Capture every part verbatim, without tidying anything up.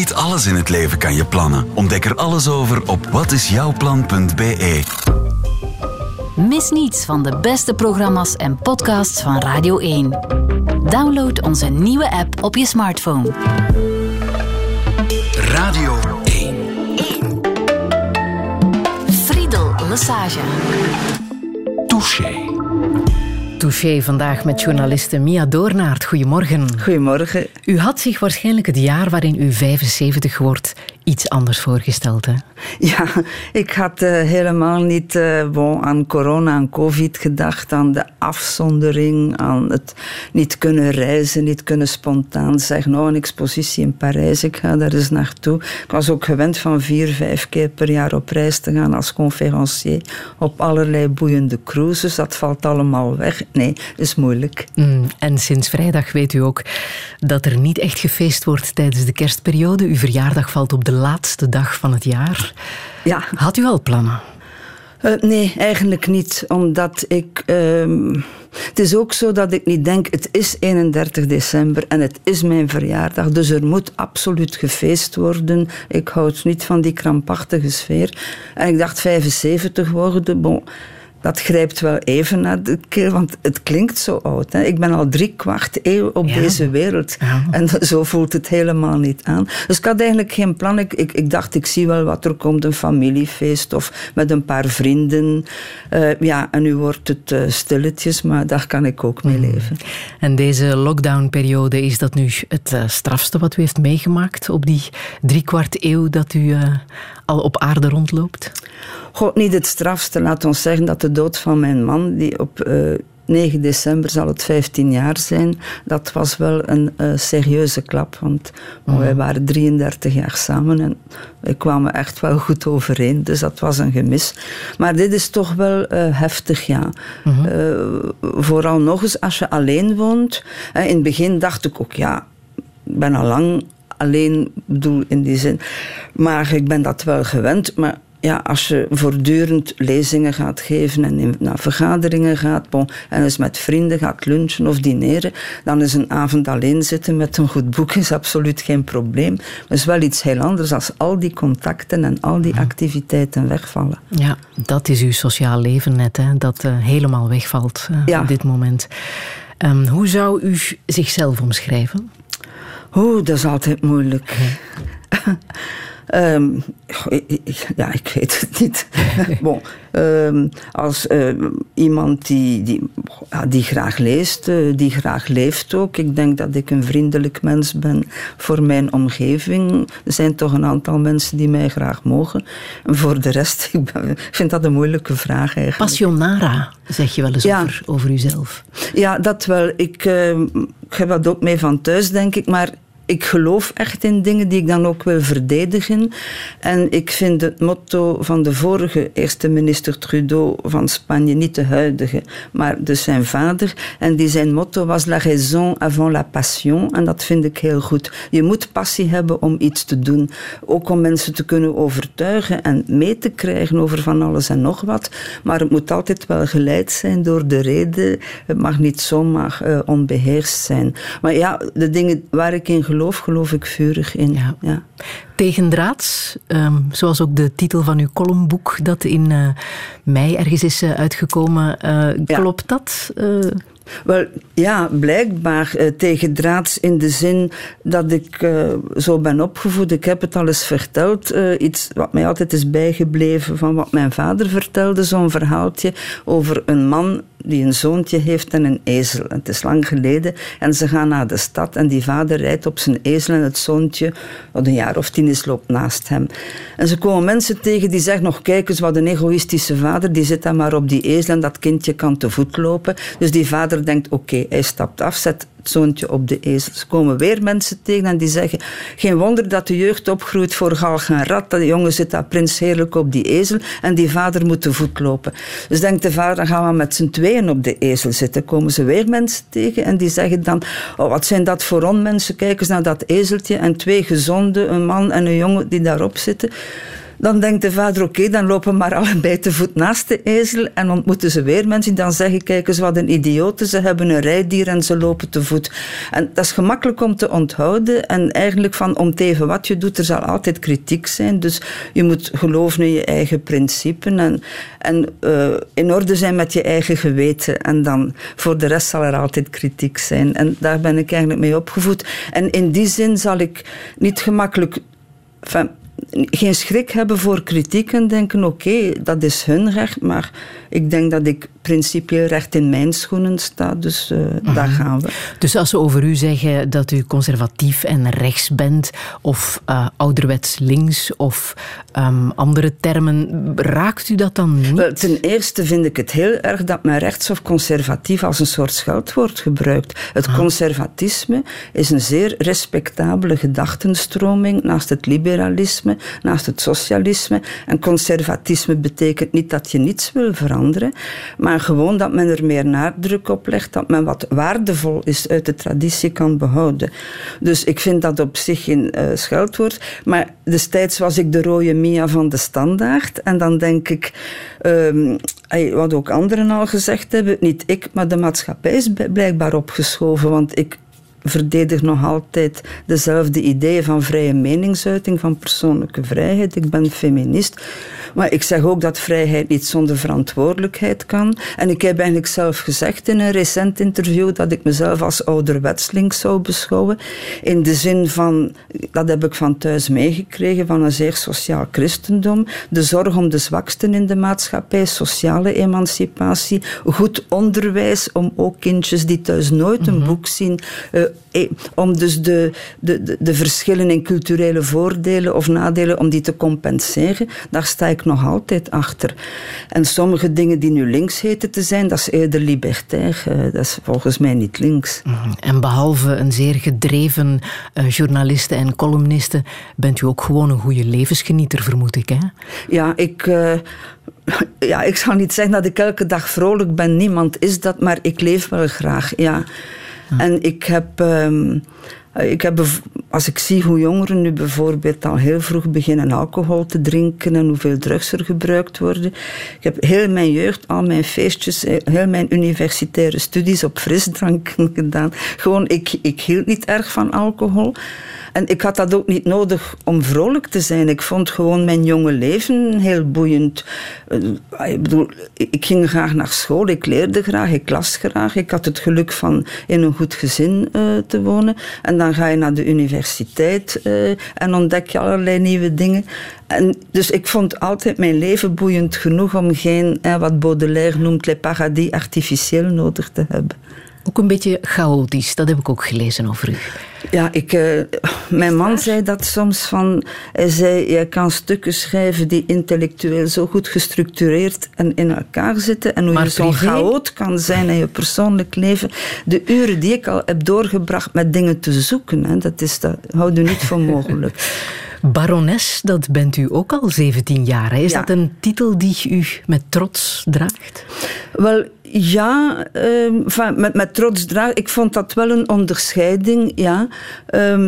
Niet alles in het leven kan je plannen. Ontdek er alles over op watisjouwplan punt b e. Mis niets van de beste programma's en podcasts van Radio één. Download onze nieuwe app op je smartphone. Radio één. Friedel Lesage. Touché. Touché vandaag met journaliste Mia Doornaert. Goedemorgen. Goedemorgen. U had zich waarschijnlijk het jaar waarin u vijfenzeventig wordt iets anders voorgesteld, hè? Ja, ik had uh, helemaal niet uh, bon, aan corona, aan covid gedacht, aan de afzondering, aan het niet kunnen reizen, niet kunnen spontaan zeggen, nou, een expositie in Parijs, ik ga daar eens naartoe. Ik was ook gewend van vier, vijf keer per jaar op reis te gaan als conferencier op allerlei boeiende cruises. Dat valt allemaal weg. Nee, dat is moeilijk. Mm, en sinds vrijdag weet u ook dat er niet echt gefeest wordt tijdens de kerstperiode. Uw verjaardag valt op de laatste dag van het jaar. Ja. Had u al plannen? Uh, nee, eigenlijk niet. Omdat ik... Uh, het is ook zo dat ik niet denk, het is eenendertig december en het is mijn verjaardag, dus er moet absoluut gefeest worden. Ik houd niet van die krampachtige sfeer. En ik dacht vijfenzeventig worden, bon... Dat grijpt wel even naar de keel, want het klinkt zo oud. Hè. Ik ben al drie kwart eeuw op ja. deze wereld. Ja. En zo voelt het helemaal niet aan. Dus ik had eigenlijk geen plan. Ik, ik, ik dacht, ik zie wel wat er komt, een familiefeest of met een paar vrienden. Uh, ja, en nu wordt het uh, stilletjes, maar daar kan ik ook mee leven. En deze lockdownperiode, is dat nu het uh, strafste wat u heeft meegemaakt op die drie kwart eeuw dat u uh, al op aarde rondloopt? God, niet het strafste. Laat ons zeggen dat de dood van mijn man, die op uh, negen december zal het vijftien jaar zijn, dat was wel een uh, serieuze klap. Want mm. wij waren drieëndertig jaar samen en wij kwamen echt wel goed overeen. Dus dat was een gemis. Maar dit is toch wel uh, heftig, ja. Mm-hmm. Uh, vooral nog eens als je alleen woont. Uh, in het begin dacht ik ook, ja, ik ben al lang alleen, bedoel in die zin. Maar ik ben dat wel gewend, maar ja, als je voortdurend lezingen gaat geven en in, naar vergaderingen gaat, bon, en eens met vrienden gaat lunchen of dineren, dan is een avond alleen zitten met een goed boek is absoluut geen probleem. Maar het is wel iets heel anders als al die contacten en al die activiteiten wegvallen. Ja, dat is uw sociaal leven net, hè, dat uh, helemaal wegvalt uh, ja. op dit moment. Um, hoe zou u zichzelf omschrijven? Oeh, dat is altijd moeilijk. Ja. Um, ja, ik weet het niet. Bon, um, als uh, iemand die, die, ja, die graag leest, uh, die graag leeft ook. Ik denk dat ik een vriendelijk mens ben voor mijn omgeving. Er zijn toch een aantal mensen die mij graag mogen. En voor de rest, ik, ben, ik vind dat een moeilijke vraag eigenlijk. Passionara, zeg je wel eens ja. over, over uzelf. Ja, dat wel. Ik, uh, ik heb dat ook mee van thuis, denk ik, maar ik geloof echt in dingen die ik dan ook wil verdedigen. En ik vind het motto van de vorige eerste minister Trudeau van Spanje, niet de huidige, maar dus zijn vader. En die zijn motto was la raison avant la passion. En dat vind ik heel goed. Je moet passie hebben om iets te doen. Ook om mensen te kunnen overtuigen en mee te krijgen over van alles en nog wat. Maar het moet altijd wel geleid zijn door de reden. Het mag niet zomaar uh, onbeheerst zijn. Maar ja, de dingen waar ik in geloof, geloof, geloof ik vurig in. Ja. Ja. Tegendraads, um, zoals ook de titel van uw columnboek dat in uh, mei ergens is uh, uitgekomen. Uh, ja. Klopt dat? Uh... Wel, ja, blijkbaar uh, tegendraads in de zin dat ik uh, zo ben opgevoed. Ik heb het al eens verteld. Uh, iets wat mij altijd is bijgebleven van wat mijn vader vertelde. Zo'n verhaaltje over een man die een zoontje heeft en een ezel. Het is lang geleden. En ze gaan naar de stad en die vader rijdt op zijn ezel en het zoontje, wat een jaar of tien is, loopt naast hem. En ze komen mensen tegen die zeggen nog, kijk eens wat een egoïstische vader, die zit dan maar op die ezel en dat kindje kan te voet lopen. Dus die vader denkt, oké, okay, hij stapt af, zet het zoontje op de ezel. Ze komen weer mensen tegen en die zeggen, geen wonder dat de jeugd opgroeit voor galg en rat. Dat de jongen zit daar prins heerlijk op die ezel en die vader moet te voet lopen. Dus denkt de vader, dan gaan we met z'n tweeën op de ezel zitten. Komen ze weer mensen tegen en die zeggen dan, oh, wat zijn dat voor onmensen? Kijk eens naar dat ezeltje en twee gezonde, een man en een jongen die daarop zitten. Dan denkt de vader, oké, okay, dan lopen maar allebei te voet naast de ezel en ontmoeten ze weer mensen die dan zeggen, kijk eens wat een idioten, ze hebben een rijdier en ze lopen te voet. En dat is gemakkelijk om te onthouden en eigenlijk van om te even wat je doet, er zal altijd kritiek zijn, dus je moet geloven in je eigen principes en, en uh, in orde zijn met je eigen geweten en dan voor de rest zal er altijd kritiek zijn. En daar ben ik eigenlijk mee opgevoed. En in die zin zal ik niet gemakkelijk... Enfin, geen schrik hebben voor kritiek en denken, oké, okay, dat is hun recht, maar ik denk dat ik principieel recht in mijn schoenen sta, dus uh, mm-hmm. daar gaan we. Dus als ze over u zeggen dat u conservatief en rechts bent, of uh, ouderwets links, of um, andere termen, raakt u dat dan niet? Wel, ten eerste vind ik het heel erg dat men rechts of conservatief als een soort scheldwoord gebruikt. Het ah. conservatisme is een zeer respectabele gedachtenstroming naast het liberalisme, naast het socialisme. En conservatisme betekent niet dat je niets wil veranderen, maar gewoon dat men er meer nadruk op legt, dat men wat waardevol is uit de traditie kan behouden. Dus ik vind dat op zich geen uh, scheldwoord. Maar destijds was ik de rode Mia van de Standaard. En dan denk ik, um, wat ook anderen al gezegd hebben, niet ik, maar de maatschappij is blijkbaar opgeschoven. Want ik verdedig nog altijd dezelfde ideeën van vrije meningsuiting, van persoonlijke vrijheid. Ik ben feminist. Maar ik zeg ook dat vrijheid niet zonder verantwoordelijkheid kan. En ik heb eigenlijk zelf gezegd in een recent interview dat ik mezelf als ouderwets links zou beschouwen. In de zin van, dat heb ik van thuis meegekregen, van een zeer sociaal christendom. De zorg om de zwaksten in de maatschappij, sociale emancipatie, goed onderwijs om ook kindjes die thuis nooit een mm-hmm. boek zien, uh, om dus de, de, de, de verschillen in culturele voordelen of nadelen, om die te compenseren. Daar sta ik nog altijd achter. En sommige dingen die nu links heten te zijn, dat is eerder libertair. Dat is volgens mij niet links. En behalve een zeer gedreven uh, journaliste en columniste, bent u ook gewoon een goede levensgenieter, vermoed ik, hè? Ja, ik... Uh, ja, ik zal niet zeggen dat ik elke dag vrolijk ben. Niemand is dat, maar ik leef wel graag, ja. Ja. En ik heb, um, ik heb, als ik zie hoe jongeren nu bijvoorbeeld al heel vroeg beginnen alcohol te drinken en hoeveel drugs er gebruikt worden. Ik heb heel mijn jeugd, al mijn feestjes, heel mijn universitaire studies op frisdranken gedaan. Gewoon, ik, ik hield niet erg van alcohol. En ik had dat ook niet nodig om vrolijk te zijn. Ik vond gewoon mijn jonge leven heel boeiend. Ik bedoel, ik ging graag naar school, ik leerde graag, ik las graag. Ik had het geluk van in een goed gezin uh, te wonen. En dan ga je naar de universiteit uh, en ontdek je allerlei nieuwe dingen. En dus ik vond altijd mijn leven boeiend genoeg om geen, eh, wat Baudelaire noemt, les paradis artificiels nodig te hebben. Ook een beetje chaotisch, dat heb ik ook gelezen over u. Ja, ik, uh, mijn man zei dat soms van... Hij zei, jij kan stukken schrijven die intellectueel zo goed gestructureerd en in elkaar zitten. En hoe maar je zo'n chaot kan zijn in je persoonlijk leven. De uren die ik al heb doorgebracht met dingen te zoeken, hè, dat, is, dat houd u niet voor mogelijk. Barones, dat bent u ook al zeventien jaar. Hè? Is ja. dat een titel die u met trots draagt? Wel, ja, uh, met, met trots dragen. Ik vond dat wel een onderscheiding, ja. Um,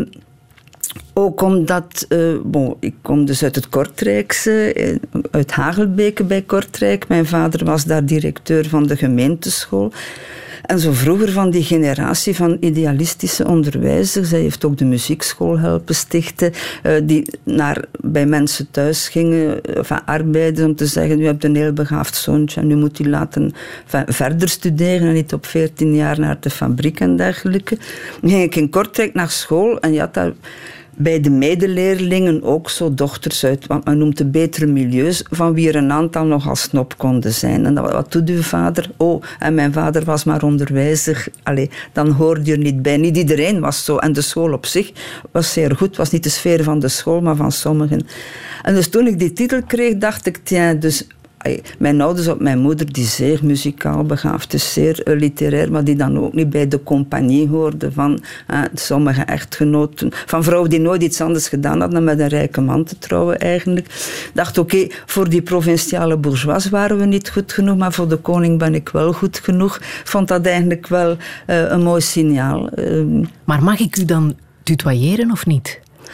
ook omdat, uh, bon, ik kom dus uit het Kortrijkse, uit Hagelbeke bij Kortrijk. Mijn vader was daar directeur van de gemeenteschool. En zo vroeger van die generatie van idealistische onderwijzers. Hij heeft ook de muziekschool helpen stichten, uh, die naar, bij mensen thuis gingen, van arbeiden, om te zeggen, u hebt een heel begaafd zoontje en u moet die laten van, verder studeren en niet op veertien jaar naar de fabriek en dergelijke. Dan ging ik in Kortrijk naar school en ja, daar... Bij de medeleerlingen ook zo dochters uit wat men noemt de betere milieus, van wie er een aantal nogal snop konden zijn. En dat, wat doet uw vader? Oh, en mijn vader was maar onderwijzer. Allee, dan hoorde je er niet bij. Niet iedereen was zo. En de school op zich was zeer goed. Het was niet de sfeer van de school, maar van sommigen. En dus toen ik die titel kreeg, dacht ik, tja, dus... Mijn ouders op mijn moeder, die zeer muzikaal begaafd is, zeer uh, literair, maar die dan ook niet bij de compagnie hoorde van uh, sommige echtgenoten, van vrouwen die nooit iets anders gedaan hadden dan met een rijke man te trouwen eigenlijk. Ik dacht, oké, okay, voor die provinciale bourgeois waren we niet goed genoeg, maar voor de koning ben ik wel goed genoeg. Ik vond dat eigenlijk wel uh, een mooi signaal. Uh, maar mag ik u dan tutoyeren of niet?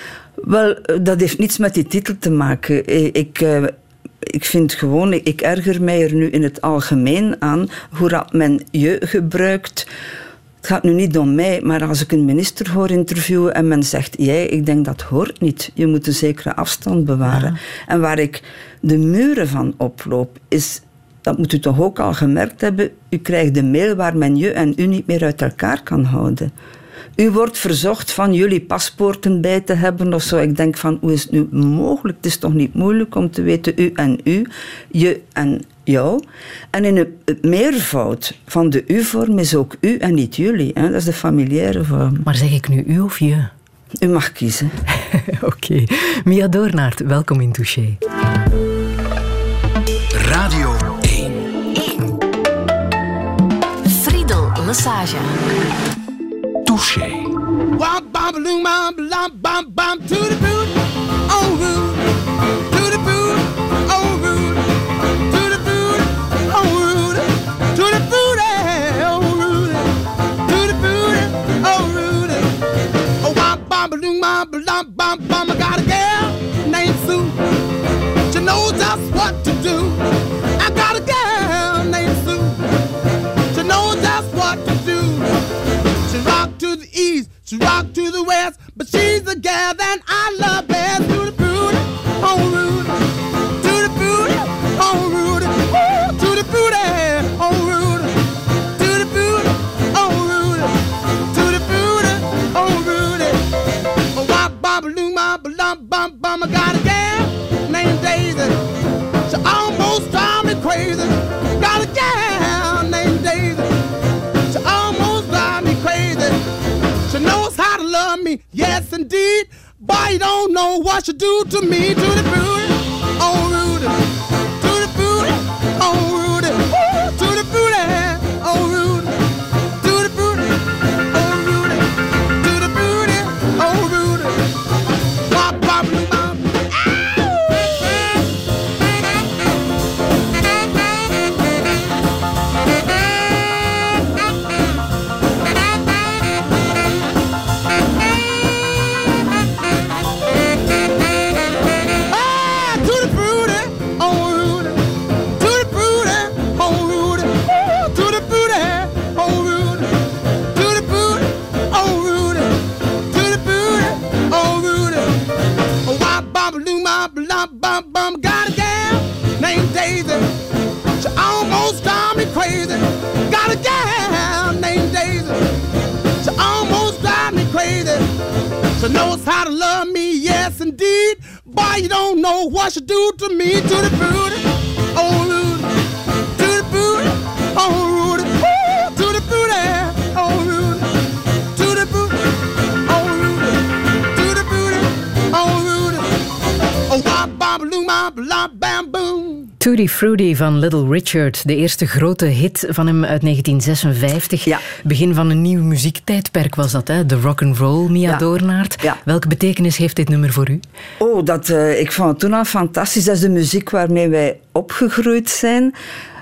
Wel, dat heeft niets met die titel te maken. Ik... Uh, Ik vind gewoon, ik erger mij er nu in het algemeen aan hoe dat men je gebruikt. Het gaat nu niet om mij, maar als ik een minister hoor interviewen en men zegt, jij, ik denk dat hoort niet. Je moet een zekere afstand bewaren. Ja. En waar ik de muren van oploop, is, dat moet u toch ook al gemerkt hebben, u krijgt de mail waar men je en u niet meer uit elkaar kan houden. U wordt verzocht van jullie paspoorten bij te hebben of zo. Ik denk van, hoe is het nu mogelijk? Het is toch niet moeilijk om te weten u en u, je en jou. En in het meervoud van de u-vorm is ook u en niet jullie. Hè? Dat is de familiaire vorm. Maar zeg ik nu u of je? U mag kiezen. Oké. Okay. Mia Doornaert, welkom in Touché. Radio één. Friedel Lesage. Touché. Bam bam bam bam bam bam to the boot, oh rude, to the boot, oh rude, to the boot, oh rude, to the boot, oh rude, to the boot, oh rude. Oh bam bam bam bam bam bam. I got a girl named Sue. She knows just what to do. I got a girl named Sue. She knows just what to do. She rock to the east, she rock to the west, but she's the gal that I love best. To the booty, oh Rudy, to the booty, oh Rudy, woo, to the booty, oh Rudy, to the booty, oh Rudy, to the booty, oh Rudy. Oh, wop, bop, loom, bop, lump, bum, bum. I got a gal named Daisy. She almost drives me crazy. Got a gal named Daisy. She almost drives me crazy. She knows how to love me, yes indeed. Boy, you don't know what she do to me. To the booty, oh Rudy. To the booty, oh Rudy. Woo, to the booty, oh Rudy. To the booty, oh Rudy. To the booty, oh Rudy. Wop, bop, loom, bop. Bum, bum, got a gal named Daisy. She almost drives me crazy. Got a gal named Daisy. She almost drives me crazy. She knows how to love me, yes indeed. Boy, you don't know what she do to me. To the booty, oh Rudy. To the booty, oh Rudy. Woo, to the booty, oh Rudy. To the booty, oh Rudy. To the booty, oh Rudy. Oh, wop, bop, loom, bop, lop, bam, boom. Tutti Frutti van Little Richard, de eerste grote hit van hem uit negentien zesenvijftig. Ja. Begin van een nieuw muziektijdperk was dat, hè? De rock'n'roll, Mia ja. Doornaert. Ja. Welke betekenis heeft dit nummer voor u? Oh, dat, uh, ik vond het toen al fantastisch. Dat is de muziek waarmee wij opgegroeid zijn.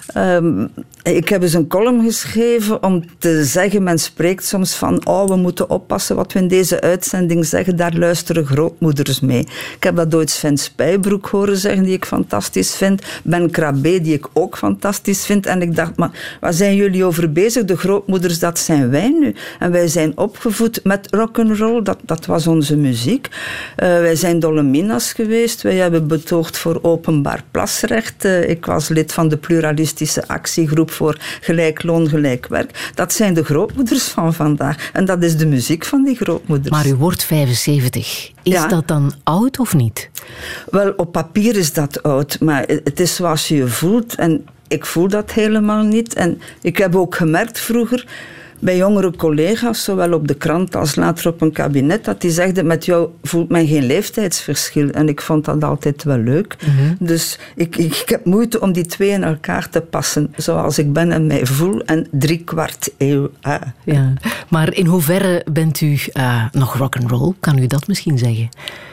Um, ik heb eens een column geschreven om te zeggen, men spreekt soms van oh, we moeten oppassen wat we in deze uitzending zeggen, daar luisteren grootmoeders mee. Ik heb dat ooit Sven Spijbroek horen zeggen, die ik fantastisch vind. Ben Krabbe, die ik ook fantastisch vind. En ik dacht, maar waar zijn jullie over bezig? De grootmoeders, dat zijn wij nu. En wij zijn opgevoed met rock'n'roll, dat, dat was onze muziek. Uh, wij zijn Dolominas geweest, wij hebben betoogd voor openbaar plasrecht. Uh, ik was lid van de pluralistische actiegroep voor gelijk loon, gelijk werk. Dat zijn de grootmoeders van vandaag. En dat is de muziek van die grootmoeders. Maar u wordt vijfenzeventig. Is ja. dat dan oud of niet? Wel, op papier is dat oud. Maar het is zoals je je voelt. En ik voel dat helemaal niet. En ik heb ook gemerkt vroeger bij jongere collega's, zowel op de krant als later op een kabinet, dat die zegden, met jou voelt men geen leeftijdsverschil. En ik vond dat altijd wel leuk. Mm-hmm. Dus ik, ik, ik heb moeite om die twee in elkaar te passen, zoals ik ben en mij voel, en drie kwart eeuw. Ah. Ja. Maar in hoeverre bent u uh, nog rock'n'roll? Kan u dat misschien zeggen?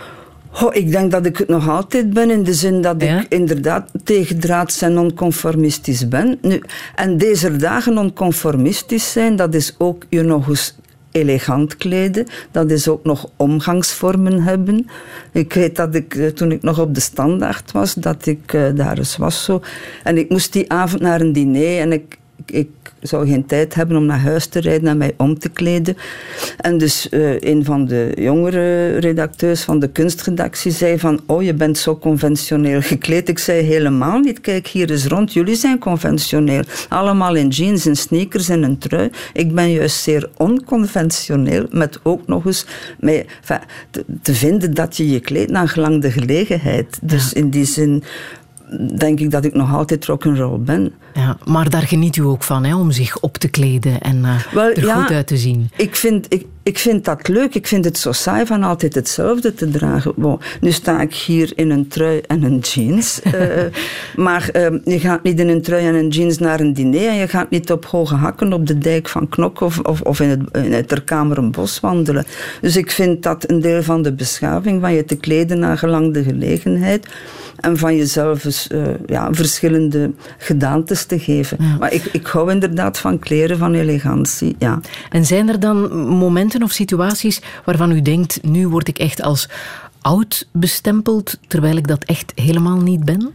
Oh, ik denk dat ik het nog altijd ben, in de zin dat ja? ik inderdaad tegendraads en nonconformistisch ben. Nu, en deze dagen nonconformistisch zijn, dat is ook je nog eens elegant kleden. Dat is ook nog omgangsvormen hebben. Ik weet dat ik, toen ik nog op de Standaard was, dat ik uh, daar eens was zo. En ik moest die avond naar een diner en ik, ik, ik zou geen tijd hebben om naar huis te rijden en mij om te kleden. En dus uh, een van de jongere redacteurs van de kunstredactie zei van, oh, je bent zo conventioneel gekleed. Ik zei helemaal niet. Kijk, hier eens rond. Jullie zijn conventioneel. Allemaal in jeans en sneakers en een trui. Ik ben juist zeer onconventioneel, met ook nog eens mij, enfin, te, te vinden dat je je kleedt naar gelang de gelegenheid. Dus ja. In die zin denk ik dat ik nog altijd rock'n'roll ben. Ja, maar daar geniet u ook van, hè, om zich op te kleden en uh, Wel, er ja, goed uit te zien. Ik vind, ik, ik vind dat leuk. Ik vind het zo saai van altijd hetzelfde te dragen. Bon, nu sta ik hier in een trui en een jeans. uh, maar uh, je gaat niet in een trui en een jeans naar een diner en je gaat niet op hoge hakken op de dijk van Knok of, of, of in, het, in het Terkamerenbos wandelen. Dus ik vind dat een deel van de beschaving, van je te kleden naar gelang de gelegenheid en van jezelf eens, uh, ja, verschillende gedaantes te geven. Ja. Maar ik, ik hou inderdaad van kleren, van elegantie. Ja. En zijn er dan momenten of situaties waarvan u denkt, nu word ik echt als oud bestempeld, terwijl ik dat echt helemaal niet ben?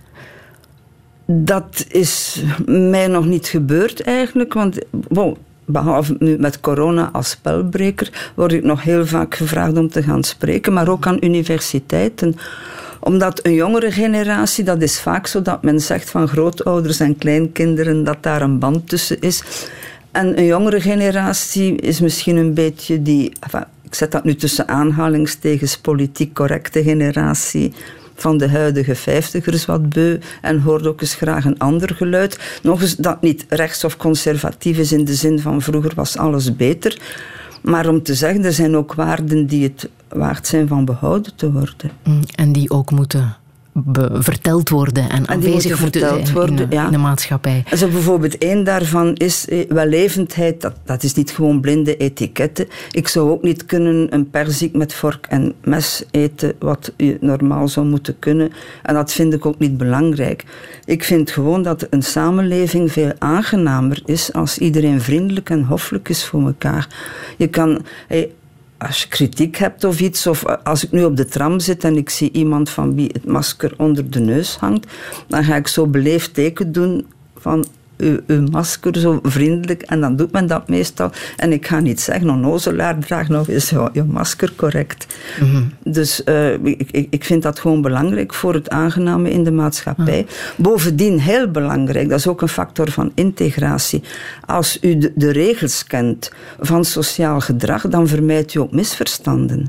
Dat is mij nog niet gebeurd eigenlijk, want bon, behalve nu met corona als spelbreker, word ik nog heel vaak gevraagd om te gaan spreken, maar ook aan universiteiten. Omdat een jongere generatie, dat is vaak zo dat men zegt van grootouders en kleinkinderen, dat daar een band tussen is. En een jongere generatie is misschien een beetje die, enfin, ik zet dat nu tussen aanhalingstekens, politiek correcte generatie van de huidige vijftigers wat beu en hoort ook eens graag een ander geluid. Nog eens dat niet rechts of conservatief is in de zin van vroeger was alles beter. Maar om te zeggen, er zijn ook waarden die het waard zijn van behouden te worden. En die ook moeten be- verteld worden en, en aanwezig moeten zijn worden, in, de, ja. in de maatschappij. Also bijvoorbeeld één daarvan is eh, wellevendheid. Dat, dat is niet gewoon blinde etiketten. Ik zou ook niet kunnen een perzik met vork en mes eten, wat je normaal zou moeten kunnen. En dat vind ik ook niet belangrijk. Ik vind gewoon dat een samenleving veel aangenamer is als iedereen vriendelijk en hoffelijk is voor elkaar. Je kan... Hey, als je kritiek hebt of iets, of als ik nu op de tram zit en ik zie iemand van wie het masker onder de neus hangt, dan ga ik zo beleefd teken doen van uw, uw masker, zo vriendelijk, en dan doet men dat meestal. En ik ga niet zeggen, onnozelaar, draag nog eens je, je masker correct. Mm-hmm. Dus uh, ik, ik vind dat gewoon belangrijk voor het aangename in de maatschappij. Mm. Bovendien heel belangrijk, dat is ook een factor van integratie. Als u de, de regels kent van sociaal gedrag, dan vermijdt u ook misverstanden.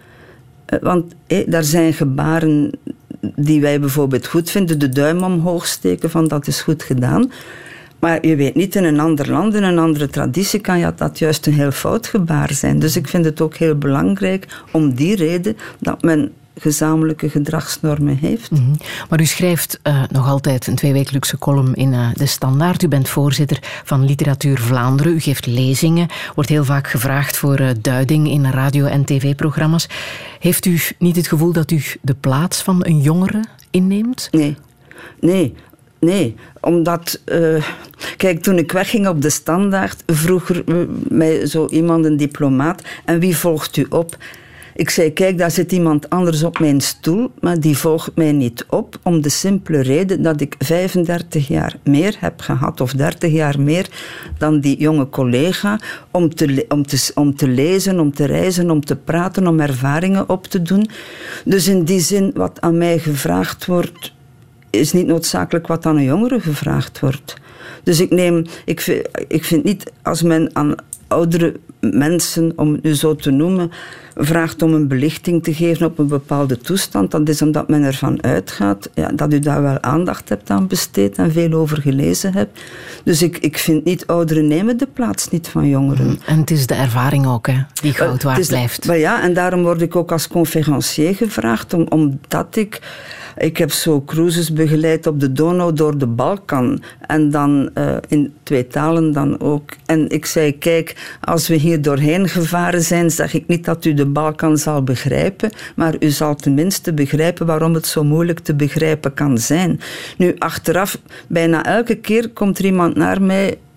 Uh, want hey, daar zijn gebaren die wij bijvoorbeeld goed vinden, de duim omhoog steken van dat is goed gedaan. Maar je weet niet, in een ander land, in een andere traditie, kan ja, dat juist een heel fout gebaar zijn. Dus ik vind het ook heel belangrijk om die reden dat men gezamenlijke gedragsnormen heeft. Mm-hmm. Maar u schrijft uh, nog altijd een tweewekelijkse column in uh, De Standaard. U bent voorzitter van Literatuur Vlaanderen. U geeft lezingen, wordt heel vaak gevraagd voor uh, duiding in radio- en tv-programma's. Heeft u niet het gevoel dat u de plaats van een jongere inneemt? Nee, nee. Nee, omdat... Uh, kijk, toen ik wegging op de Standaard, vroeg er mij zo iemand, een diplomaat, en wie volgt u op? Ik zei, kijk, daar zit iemand anders op mijn stoel, maar die volgt mij niet op, om de simpele reden dat ik vijfendertig jaar meer heb gehad, of dertig jaar meer, dan die jonge collega, om te, om te, om te lezen, om te reizen, om te praten, om ervaringen op te doen. Dus in die zin, wat aan mij gevraagd wordt, is niet noodzakelijk wat aan een jongere gevraagd wordt. Dus ik neem, ik vind, ik vind niet, als men aan oudere mensen, om het nu zo te noemen, vraagt om een belichting te geven op een bepaalde toestand, dat is omdat men ervan uitgaat ja, dat u daar wel aandacht hebt aan besteed en veel over gelezen hebt. Dus ik, ik vind niet, ouderen nemen de plaats niet van jongeren. En het is de ervaring ook, hè, die goud waard blijft. Maar ja, en daarom word ik ook als conferencier gevraagd, om, omdat ik... Ik heb zo cruises begeleid op de Donau door de Balkan. En dan uh, in twee talen dan ook. En ik zei, kijk, als we hier doorheen gevaren zijn, zeg ik niet dat u de Balkan zal begrijpen, maar u zal tenminste begrijpen waarom het zo moeilijk te begrijpen kan zijn. Nu, achteraf, bijna elke keer komt er iemand naar mij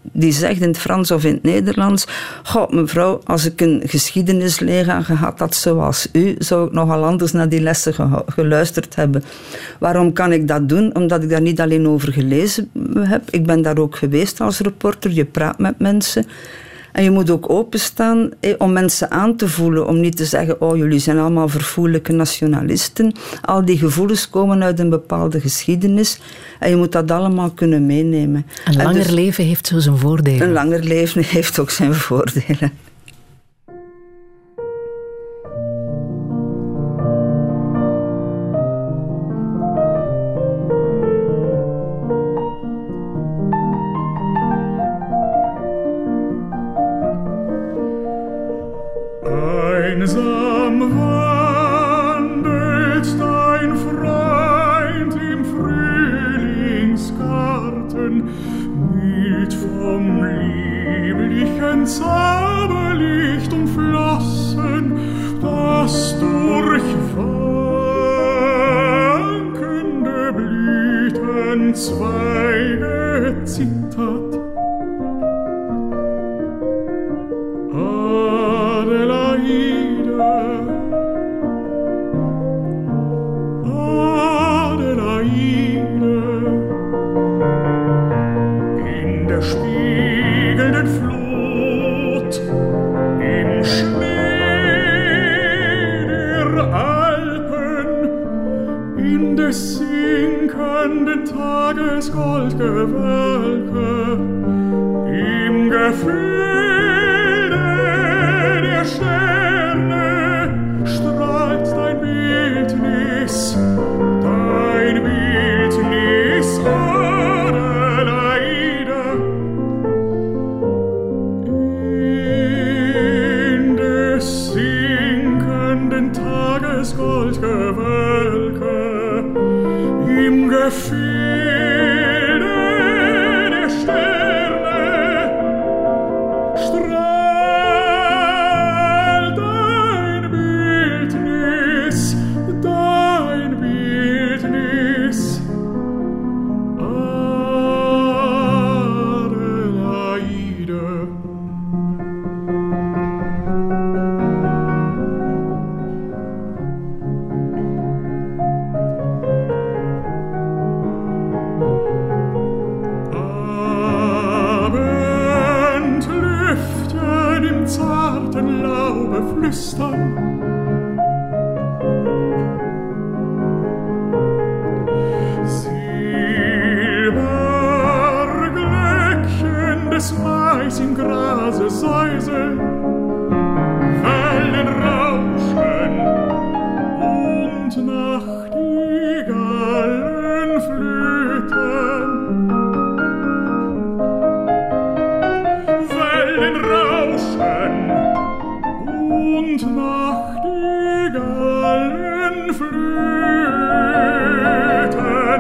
die zegt in het Frans of in het Nederlands: goh, mevrouw, als ik een geschiedenisleraar gehad had zoals u, zou ik nogal anders naar die lessen ge- geluisterd hebben. Waarom kan ik dat doen? Omdat ik daar niet alleen over gelezen heb. Ik ben daar ook geweest als reporter. Je praat met mensen. En je moet ook openstaan eh, om mensen aan te voelen. Om niet te zeggen, oh, jullie zijn allemaal verfoeilijke nationalisten. Al die gevoelens komen uit een bepaalde geschiedenis. En je moet dat allemaal kunnen meenemen. Een langer dus, leven heeft zo zijn voordelen. Een langer leven heeft ook zijn voordelen. Einsam wandelt dein Freund im Frühlingsgarten, mild vom lieblichen Zauberlicht umflossen, das durch wankende Blütenzweige zittert. Tagesgoldgewölke im Gefilde der Sterne strahlt dein Bildnis, dein Bildnis, Adelaide. In des sinkenden Tagesgoldgewölke im Gefilde Silberglöckchen des Mais im Grase säuseln, Wellen rauschen und Nachtigallen flöten. Wellen rauschen und Nachtigallen flöten.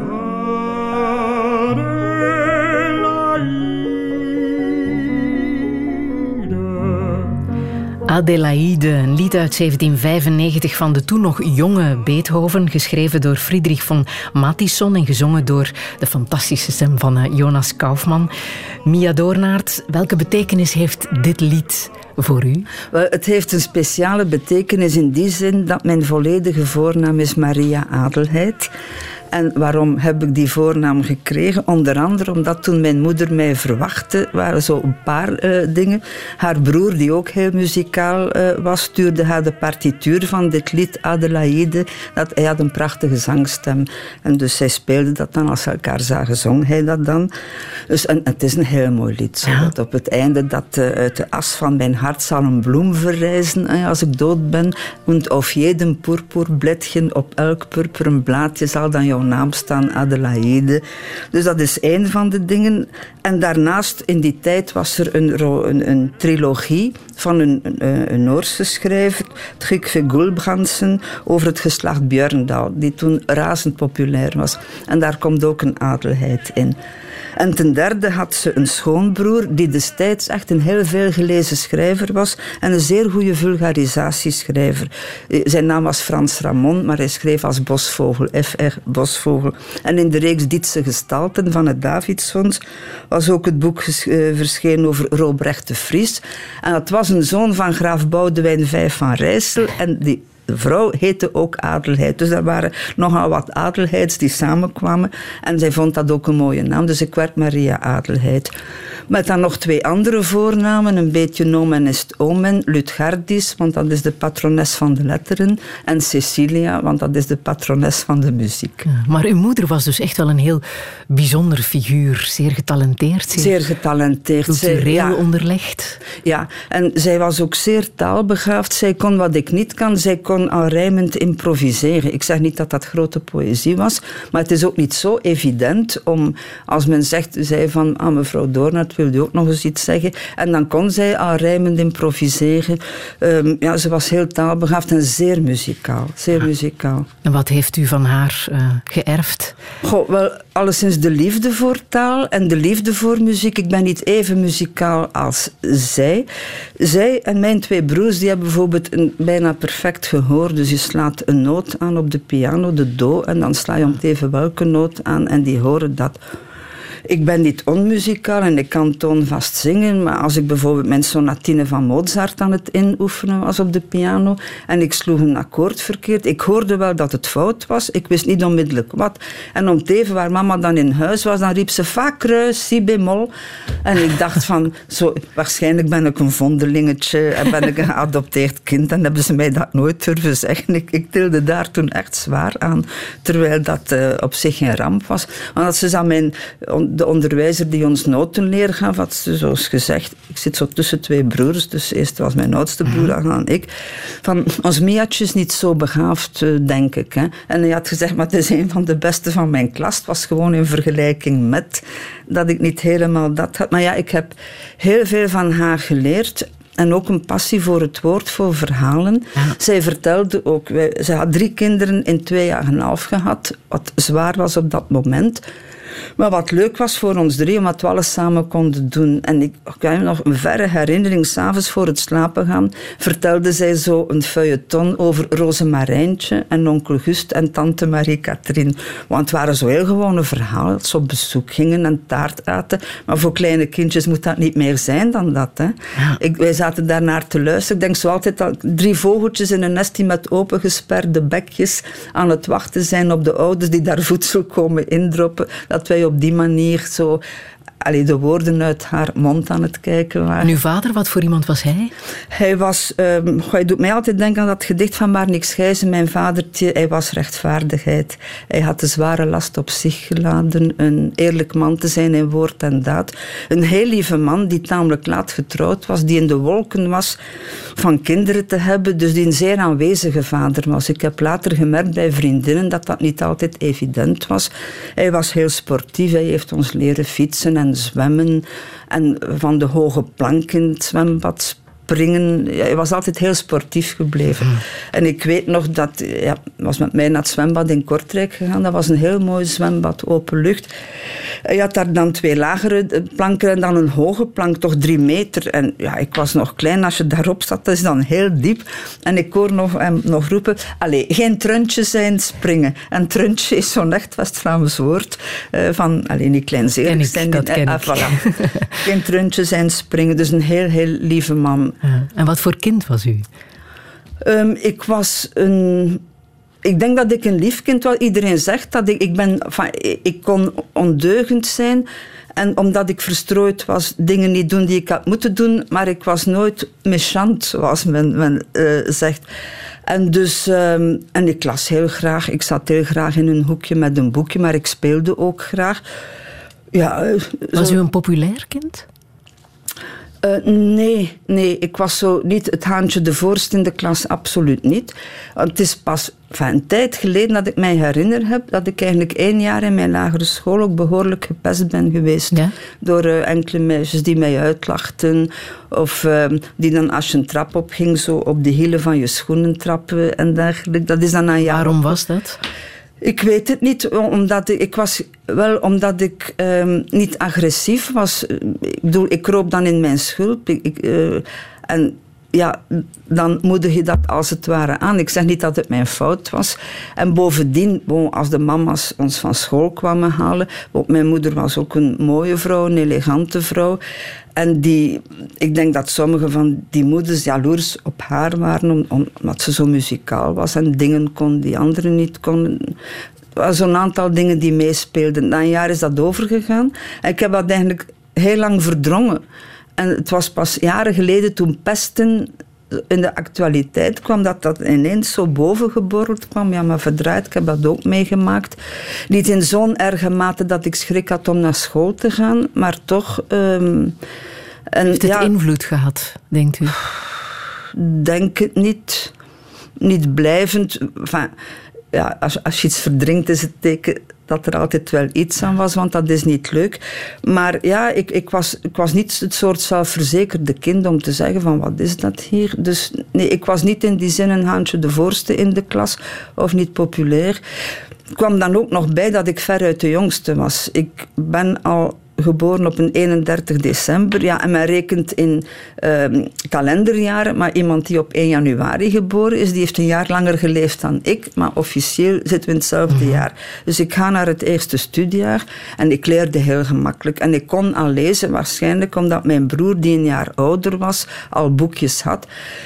Adelaide, een lied uit zeventien vijfennegentig van de toen nog jonge Beethoven, geschreven door Friedrich von Mattisson en gezongen door de fantastische stem van Jonas Kaufmann. Mia Doornaert, welke betekenis heeft dit lied voor u? Wel, het heeft een speciale betekenis in die zin dat mijn volledige voornaam is Maria Adelheid. En waarom heb ik die voornaam gekregen? Onder andere omdat toen mijn moeder mij verwachtte, waren zo een paar uh, dingen. Haar broer, die ook heel muzikaal uh, was, stuurde haar de partituur van dit lied Adelaide. Dat, hij had een prachtige zangstem. En dus zij speelde dat dan. Als ze elkaar zagen, zong hij dat dan. Dus en, het is een heel mooi lied. Zo, ja. Dat op het einde, dat uh, uit de as van mijn hart zal een bloem verrijzen uh, als ik dood ben. Und auf jedem purpurblättchen, op elk purperen blaadje zal dan jouw naam staan, Adelaide. Dus dat is één van de dingen. En daarnaast, in die tijd, was er een, een, een trilogie van een, een, een Noorse schrijver, Trygve Gulbrandsen, over het geslacht Björndal, die toen razend populair was. En daar komt ook een Adelheid in. En ten derde had ze een schoonbroer die destijds echt een heel veel gelezen schrijver was en een zeer goede vulgarisatieschrijver. Zijn naam was Frans Ramon, maar hij schreef als Bosvogel, F R Bosvogel. En in de reeks Dietse Gestalten van het Davidsfonds was ook het boek ges- uh, verschenen over Robrecht de Vries. En dat was een zoon van graaf Boudewijn vijf van Rijssel en die de vrouw heette ook Adelheid. Dus er waren nogal wat Adelheids die samenkwamen. En zij vond dat ook een mooie naam. Dus ik werd Maria Adelheid. Met dan nog twee andere voornamen. Een beetje nomen est omen. Lutgardis, want dat is de patrones van de letteren. En Cecilia, want dat is de patrones van de muziek. Ja, maar uw moeder was dus echt wel een heel bijzonder figuur. Zeer getalenteerd. Zeer, zeer getalenteerd. Cultureel zij, ja, onderlegd. Ja, en zij was ook zeer taalbegaafd. Zij kon wat ik niet kan. Zij kon al rijmend improviseren. Ik zeg niet dat dat grote poëzie was, maar het is ook niet zo evident om, als men zegt, zij van, ah, mevrouw Doornaert, wil u ook nog eens iets zeggen? En dan kon zij al rijmend improviseren. Um, ja, ze was heel taalbegaafd en zeer muzikaal. Zeer muzikaal. En wat heeft u van haar uh, geërfd? Goh, wel, alleszins de liefde voor taal en de liefde voor muziek. Ik ben niet even muzikaal als zij. Zij en mijn twee broers, die hebben bijvoorbeeld een bijna perfect gehoor. Dus je slaat een noot aan op de piano, de do, en dan sla je om het even welke noot aan en die horen dat. Ik ben niet onmuzikaal en ik kan toonvast zingen, maar als ik bijvoorbeeld mijn sonatine van Mozart aan het inoefenen was op de piano en ik sloeg een akkoord verkeerd, ik hoorde wel dat het fout was, ik wist niet onmiddellijk wat. En om het even waar mama dan in huis was, dan riep ze fa kruis, si bemol. En ik dacht van, zo, waarschijnlijk ben ik een vondelingetje en ben ik een geadopteerd kind en hebben ze mij dat nooit durven zeggen. Ik, ik tilde daar toen echt zwaar aan, terwijl dat uh, op zich geen ramp was. Want als ze aan mijn de onderwijzer die ons notenleer gaf, had ze zoals gezegd, ik zit zo tussen twee broers, dus eerst was mijn oudste broer, dan ik, van, ons Miatje is niet zo begaafd, denk ik. Hè. En hij had gezegd, maar het is een van de beste van mijn klas. Het was gewoon in vergelijking met dat ik niet helemaal dat had. Maar ja, ik heb heel veel van haar geleerd. En ook een passie voor het woord, voor verhalen. Ja. Zij vertelde ook, wij, zij had drie kinderen in twee jaar en een half gehad, wat zwaar was op dat moment. Maar wat leuk was voor ons drie, omdat we alles samen konden doen. En ik, ik heb nog een verre herinnering, 's avonds voor het slapen gaan, vertelde zij zo een feuilleton over Rozemarijntje en onkel Gust en tante Marie-Catherine. Want het waren zo heel gewone verhalen, dat ze op bezoek gingen en taart aten. Maar voor kleine kindjes moet dat niet meer zijn dan dat. Hè. Ja. Ik, wij zaten daarnaar te luisteren. Ik denk zo altijd al drie vogeltjes in een nest die met opengesperde bekjes aan het wachten zijn op de ouders die daar voedsel komen indroppen. Dat wij op die manier zo allee, de woorden uit haar mond aan het kijken waren. En uw vader, wat voor iemand was hij? Hij was, um, hij doet mij altijd denken aan dat gedicht van Marnix Gijzen, mijn vadertje. Hij was rechtvaardigheid. Hij had de zware last op zich geladen. Een eerlijk man te zijn in woord en daad. Een heel lieve man die tamelijk laat getrouwd was, die in de wolken was van kinderen te hebben, dus die een zeer aanwezige vader was. Ik heb later gemerkt bij vriendinnen dat dat niet altijd evident was. Hij was heel sportief. Hij heeft ons leren fietsen en zwemmen en van de hoge plank in het zwembad springen. Ja, hij was altijd heel sportief gebleven. Mm. En ik weet nog dat, ja, was met mij naar het zwembad in Kortrijk gegaan. Dat was een heel mooi zwembad, open lucht. Hij had daar dan twee lagere planken en dan een hoge plank, toch drie meter. En ja, ik was nog klein, als je daarop zat, dat is dan heel diep. En ik hoor nog, hem nog roepen, allee, geen truntje zijn, springen. En truntje is zo'n echt West-Vlaams woord uh, van, allee, niet kleinzerig zijn. Dat ken uh, ik. Voilà. Geen truntje zijn, springen. Dus een heel, heel lieve man. Ja. En wat voor kind was u? Um, ik was een... Ik denk dat ik een lief kind was. Iedereen zegt dat. Ik, ik, ben, van, ik kon ondeugend zijn. En omdat ik verstrooid was, dingen niet doen die ik had moeten doen. Maar ik was nooit méchant, zoals men, men uh, zegt. En, dus, um, en ik las heel graag. Ik zat heel graag in een hoekje met een boekje. Maar ik speelde ook graag. Ja, uh, was zo... u een populair kind? Uh, nee, nee, ik was zo niet het haantje de voorste in de klas, absoluut niet. Want het is pas enfin, een tijd geleden dat ik mij herinner heb dat ik eigenlijk één jaar in mijn lagere school ook behoorlijk gepest ben geweest. Ja? Door uh, enkele meisjes die mij uitlachten. Of uh, die dan als je een trap opging, zo op de hielen van je schoenen trappen en dergelijke. Dat is dan een jaar. Waarom was dat? Ik weet het niet, omdat ik, ik was wel omdat ik um, niet agressief was. Ik bedoel, ik kroop dan in mijn schulp. Ik, ik, uh, en ja, dan moedig je dat als het ware aan. Ik zeg niet dat het mijn fout was. En bovendien, bon, als de mama's ons van school kwamen halen, want mijn moeder was ook een mooie vrouw, een elegante vrouw. En die, ik denk dat sommige van die moeders jaloers op haar waren, omdat ze zo muzikaal was en dingen kon die anderen niet konden. Er was zo'n aantal dingen die meespeelden. Na een jaar is dat overgegaan. En ik heb dat eigenlijk heel lang verdrongen. En het was pas jaren geleden, toen pesten in de actualiteit kwam, dat dat ineens zo bovengeborreld kwam. Ja, maar verdraaid, ik heb dat ook meegemaakt. Niet in zo'n erge mate dat ik schrik had om naar school te gaan, maar toch... Um, en, Heeft het ja, invloed gehad, denkt u? Denk het niet. Niet blijvend. Enfin, ja, als, als je iets verdrinkt, is het teken dat er altijd wel iets aan was, want dat is niet leuk. Maar ja, ik, ik, was, ik was niet het soort zelfverzekerde kind om te zeggen van wat is dat hier. Dus nee, ik was niet in die zin een haantje de voorste in de klas of niet populair. Ik kwam dan ook nog bij dat ik veruit de jongste was. Ik ben al geboren op een eenendertig december. Ja, en men rekent in uh, kalenderjaren, maar iemand die op één januari geboren is, die heeft een jaar langer geleefd dan ik, maar officieel zitten we in hetzelfde mm-hmm. jaar. Dus ik ga naar het eerste studiejaar en ik leerde heel gemakkelijk. En ik kon al lezen, waarschijnlijk omdat mijn broer, die een jaar ouder was, al boekjes had.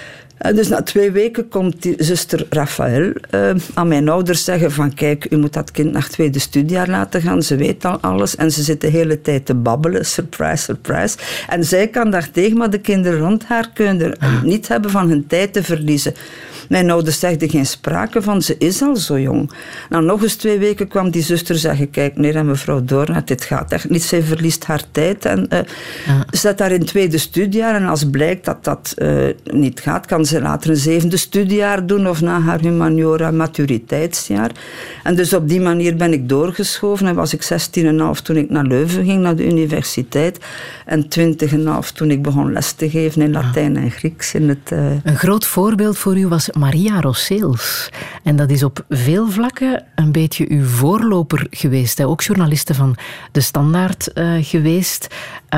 Dus na twee weken komt die zuster Raphaël uh, aan mijn ouders zeggen van kijk, u moet dat kind naar het tweede studiejaar laten gaan. Ze weet al alles en ze zit de hele tijd te babbelen. Surprise, surprise. En zij kan daartegen, maar de kinderen rond haar kunnen er niet hebben van hun tijd te verliezen. Mijn ouders zegden geen sprake van, ze is al zo jong. Na nog eens twee weken kwam die zuster zeggen, kijk meneer en mevrouw Doornaert, dit gaat echt niet. Zij verliest haar tijd en uh, ja. zet haar in het tweede studiejaar. En als blijkt dat dat uh, niet gaat, kan ze later een zevende studiejaar doen of na haar humaniora maturiteitsjaar. En dus op die manier ben ik doorgeschoven en was ik zestien en een half toen ik naar Leuven ging, naar de universiteit. En twintig en een half toen ik begon les te geven in Latijn en Grieks. In het, uh... Een groot voorbeeld voor u was Maria Rosseels. En dat is op veel vlakken een beetje uw voorloper geweest. Hè? Ook journaliste van De Standaard uh, geweest.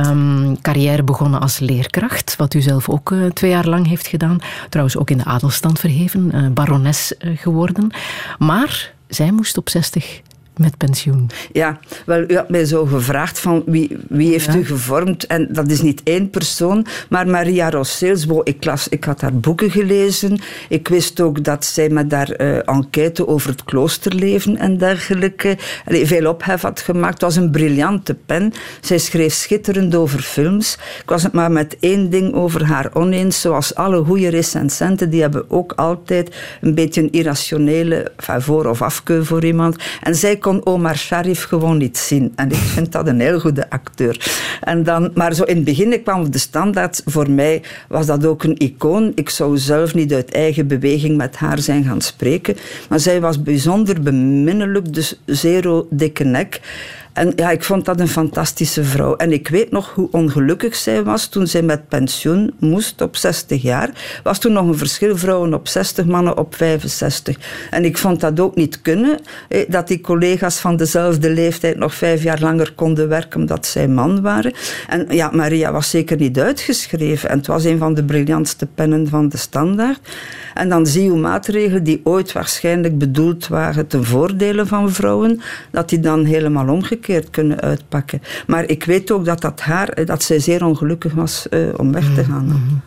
Um, carrière begonnen als leerkracht, wat u zelf ook uh, twee jaar lang heeft gedaan. Trouwens ook in de adelstand verheven, uh, barones uh, geworden. Maar zij moest op zestig met pensioen. Ja, wel, u had mij zo gevraagd van wie, wie heeft ja. u gevormd? En dat is niet één persoon, maar Maria Rosseels. Ik, las, ik had haar boeken gelezen. Ik wist ook dat zij met haar uh, enquête over het kloosterleven en dergelijke allee, veel ophef had gemaakt. Het was een briljante pen. Zij schreef schitterend over films. Ik was het maar met één ding over haar oneens. Zoals alle goede recensenten, die hebben ook altijd een beetje een irrationele voor- of afkeur voor iemand. En zij kon Omar Sharif gewoon niet zien. En ik vind dat een heel goede acteur. En dan, maar zo in het begin, ik kwam op De Standaard. Voor mij was dat ook een icoon. Ik zou zelf niet uit eigen beweging met haar zijn gaan spreken. Maar zij was bijzonder beminnelijk, dus zero dikke nek. En ja, ik vond dat een fantastische vrouw. En ik weet nog hoe ongelukkig zij was toen zij met pensioen moest op zestig jaar. Was toen nog een verschil, vrouwen op zestig, mannen op vijfenzestig. En ik vond dat ook niet kunnen, dat die collega's van dezelfde leeftijd nog vijf jaar langer konden werken omdat zij man waren. En ja, Maria was zeker niet uitgeschreven. En het was een van de briljantste pennen van De Standaard. En dan zie je maatregelen die ooit waarschijnlijk bedoeld waren ten voordele van vrouwen, dat die dan helemaal omgekeerd kunnen uitpakken. Maar ik weet ook dat, dat, haar, dat zij zeer ongelukkig was uh, om weg te gaan. Mm-hmm.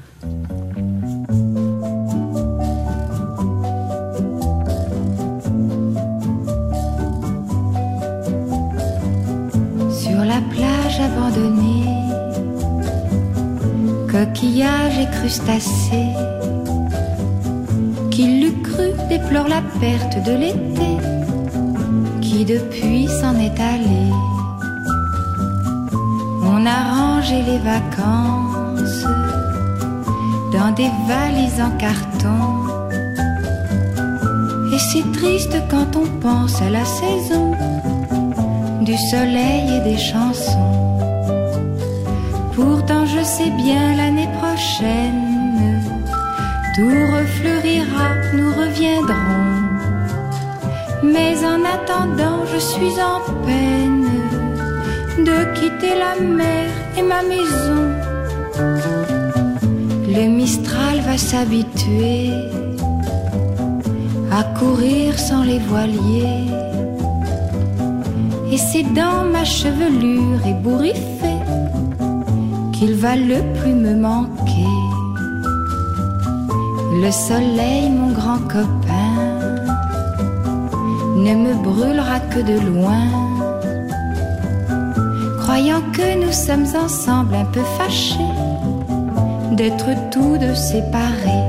Sur la plage abandonnée, coquillages et crustacés, qui l'eût cru déplore la perte de l'été, qui depuis s'en est allé. On a rangé les vacances dans des valises en carton. Et c'est triste quand on pense à la saison du soleil et des chansons. Pourtant je sais bien l'année prochaine tout refleurira, nous reviendrons. Mais en attendant, je suis en peine de quitter la mer et ma maison. Le Mistral va s'habituer à courir sans les voiliers, et c'est dans ma chevelure ébouriffée qu'il va le plus me manquer. Le soleil, mon grand copain, ne me brûlera que de loin, croyant que nous sommes ensemble un peu fâchés d'être tous deux séparés.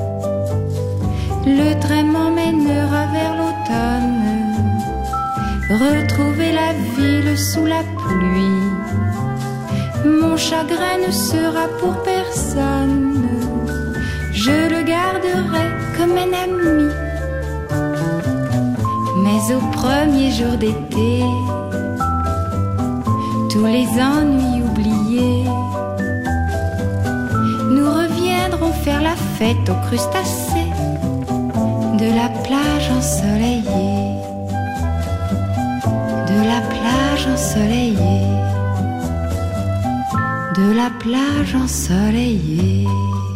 Le train m'emmènera vers l'automne, retrouver la ville sous la pluie. Mon chagrin ne sera pour personne, je le garderai comme un ami. Mais au premier jour d'été, tous les ennuis oubliés, nous reviendrons faire la fête aux crustacés de la plage ensoleillée, de la plage ensoleillée, de la plage ensoleillée.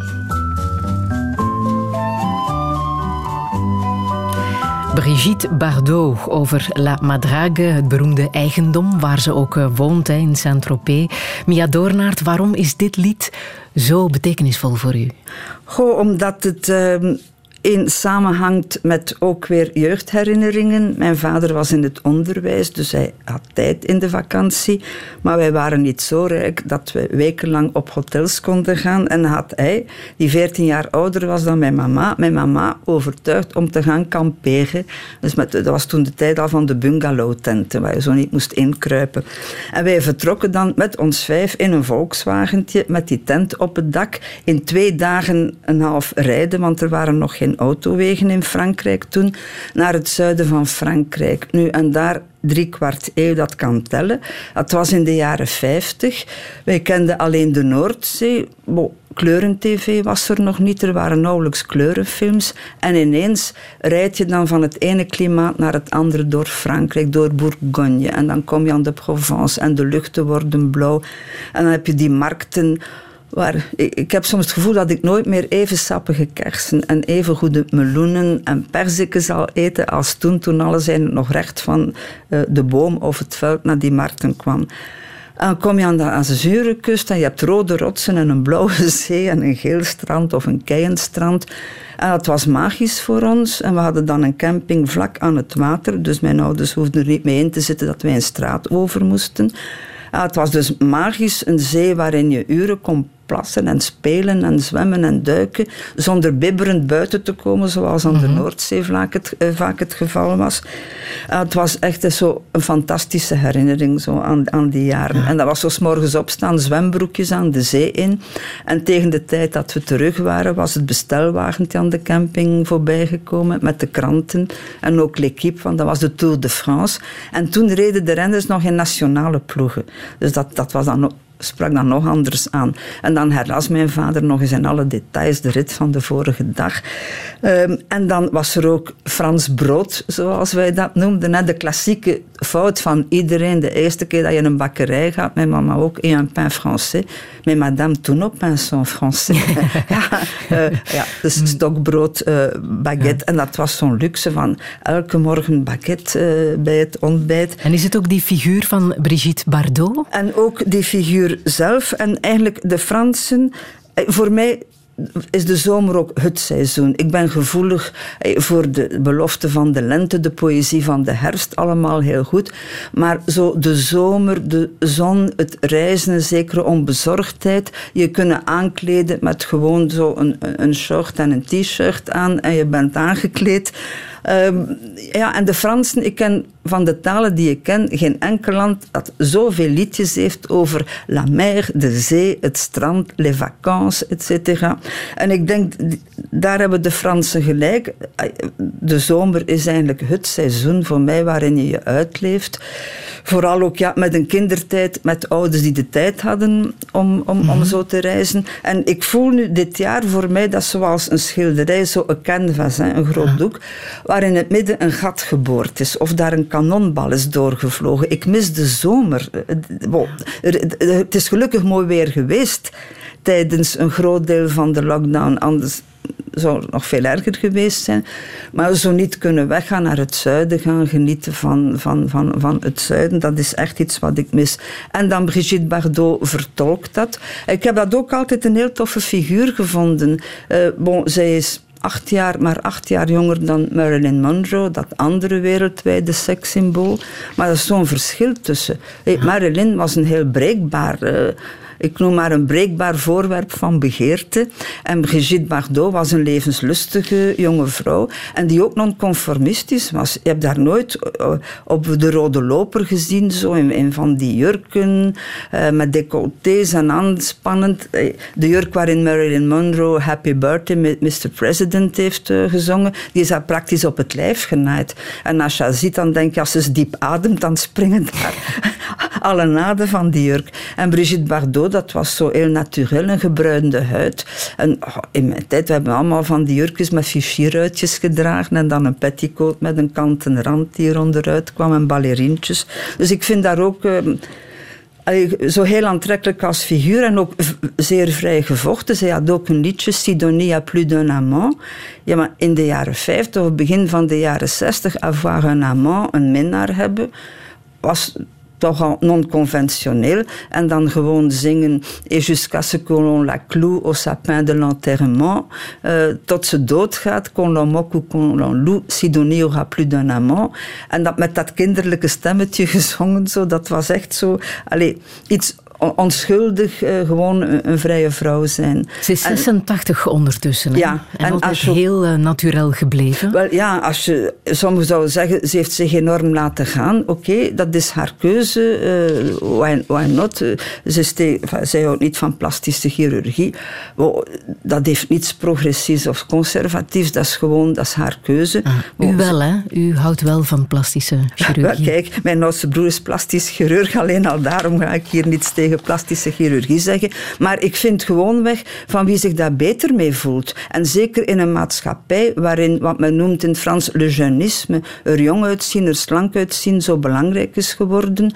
Brigitte Bardot over La Madrague, het beroemde eigendom waar ze ook woont, in Saint-Tropez. Mia Doornaert, waarom is dit lied zo betekenisvol voor u? Goh, omdat het uh, in samenhangt met ook weer jeugdherinneringen. Mijn vader was in het onderwijs, dus hij had tijd in de vakantie. Maar wij waren niet zo rijk dat we wekenlang op hotels konden gaan. En had hij, die veertien jaar ouder was dan mijn mama, mijn mama overtuigd om te gaan kamperen. Dus met, dat was toen de tijd al van de bungalowtenten, waar je zo niet moest inkruipen. En wij vertrokken dan met ons vijf in een Volkswagentje met die tent op het dak. In twee dagen en een half rijden, want er waren nog geen autowegen in Frankrijk toen, naar het zuiden van Frankrijk. Nu, en daar drie kwart eeuw, dat kan tellen. Dat was in de jaren vijftig. Wij kenden alleen de Noordzee. Bo, Kleurentv was er nog niet, er waren nauwelijks kleurenfilms. En ineens rijd je dan van het ene klimaat naar het andere door Frankrijk, door Bourgogne. En dan kom je aan de Provence en de luchten worden blauw. En dan heb je die markten waar, ik, ik heb soms het gevoel dat ik nooit meer even sappige kersen en even goede meloenen en perziken zal eten als toen, toen alles eigenlijk nog recht van uh, de boom of het veld naar die markten kwam. En dan kom je aan de Azurenkust en je hebt rode rotsen en een blauwe zee en een geel strand of een keienstrand. En dat was magisch voor ons. En we hadden dan een camping vlak aan het water, dus mijn ouders hoefden er niet mee in te zitten dat wij een straat over moesten. En het was dus magisch, een zee waarin je uren kon plassen en spelen en zwemmen en duiken, zonder bibberend buiten te komen, zoals aan de mm-hmm. Noordzee vaak het, uh, vaak het geval was. Uh, het was echt zo een fantastische herinnering zo aan, aan die jaren. Ja. En dat was zo 's morgens opstaan, zwembroekjes aan de zee in. En tegen de tijd dat we terug waren, was het bestelwagentje aan de camping voorbijgekomen met de kranten en ook L'Équipe, want dat was de Tour de France. En toen reden de renners nog in nationale ploegen. Dus dat, dat was dan sprak dan nog anders aan. En dan herlas mijn vader nog eens in alle details de rit van de vorige dag. Um, en dan was er ook Frans brood, zoals wij dat noemden. Hè? De klassieke fout van iedereen. De eerste keer dat je in een bakkerij gaat, mijn mama ook, et un pain français. Mais madame, tout nos pains sont français. ja, uh, ja, dus stokbrood, uh, baguette. En dat was zo'n luxe van elke morgen baguette uh, bij het ontbijt. En is het ook die figuur van Brigitte Bardot? En ook die figuur zelf en eigenlijk de Fransen. Voor mij is de zomer ook het seizoen. Ik ben gevoelig voor de belofte van de lente, de poëzie van de herfst, allemaal heel goed. Maar zo de zomer, de zon, het reizen, een zekere onbezorgdheid, je kunnen aankleden met gewoon zo een, een short en een t-shirt aan en je bent aangekleed. Um, ja, en de Fransen, ik ken van de talen die ik ken geen enkel land dat zoveel liedjes heeft over la mer, de zee, het strand, les vacances, et cetera. En ik denk, daar hebben de Fransen gelijk. De zomer is eigenlijk het seizoen voor mij waarin je je uitleeft. vooral ook ja, met een kindertijd, met ouders die de tijd hadden om, om, mm-hmm. om zo te reizen. En ik voel nu dit jaar voor mij dat zoals een schilderij, zo een canvas, hè, een groot ja. doek, waar in het midden een gat geboord is of daar een kanonbal is doorgevlogen. Ik mis de zomer. Bon, het is gelukkig mooi weer geweest tijdens een groot deel van de lockdown. Anders zou het nog veel erger geweest zijn. Maar zo niet kunnen weggaan naar het zuiden, gaan genieten van, van, van, van het zuiden, dat is echt iets wat ik mis. En dan Brigitte Bardot vertolkt dat. Ik heb dat ook altijd een heel toffe figuur gevonden. Uh, bon, zij is acht jaar, maar acht jaar jonger dan Marilyn Monroe, dat andere wereldwijde sekssymbool. Maar er is zo'n verschil tussen. Hey, Marilyn was een heel breekbaar... Uh, Ik noem maar een breekbaar voorwerp van begeerte. En Brigitte Bardot was een levenslustige jonge vrouw. En die ook non-conformistisch was. Je hebt daar nooit op de rode loper gezien, zo in, in van die jurken, uh, met decolletés en aanspannend. De jurk waarin Marilyn Monroe Happy Birthday met mister President heeft uh, gezongen, die is haar praktisch op het lijf genaaid. En als je dat ziet, dan denk je, als ze diep ademt, dan springen daar alle naden van die jurk. En Brigitte Bardot, dat was zo heel natuurlijk, een gebruinde huid. En oh, in mijn tijd, we hebben allemaal van die jurkjes met fichieruitjes gedragen en dan een petticoat met een kanten rand die er onderuit kwam en ballerientjes. Dus ik vind daar ook... Uh, zo heel aantrekkelijk als figuur en ook v- zeer vrij gevochten. Zij had ook een liedje, Sidonie a plus d'un amant. Ja, maar in de jaren vijftig of begin van de jaren zestig, avoir un amant, een minnaar hebben, was toch al non-conventioneel. En dan gewoon zingen et jusqu'à ce qu'on la cloue au sapin de l'enterrement. Uh, tot ze doodgaat, qu'on l'en moque ou qu'on l'en loue, Sidonie aura plus d'un amant. En dat met dat kinderlijke stemmetje gezongen, zo, dat was echt zo... Allez, iets onschuldig, uh, gewoon een, een vrije vrouw zijn. Ze is zesentachtig en, ondertussen. Hè? Ja. En, en altijd je, heel uh, natuurlijk gebleven. Wel ja, als je, sommigen zouden zeggen, ze heeft zich enorm laten gaan. Oké, okay, dat is haar keuze. Uh, why, why not? Uh, ze ste- enfin, zij houdt niet van plastische chirurgie. Wow, dat heeft niets progressiefs of conservatiefs. Dat is gewoon, dat is haar keuze. Ah, u wel, hè? U houdt wel van plastische chirurgie. Wel, kijk, mijn oudste broer is plastisch chirurg. Alleen al daarom ga ik hier niets tegen plastische chirurgie zeggen. Maar ik vind gewoonweg van wie zich daar beter mee voelt. En zeker in een maatschappij waarin wat men noemt in het Frans le jeunisme, er jong uitzien, er slank uitzien, zo belangrijk is geworden.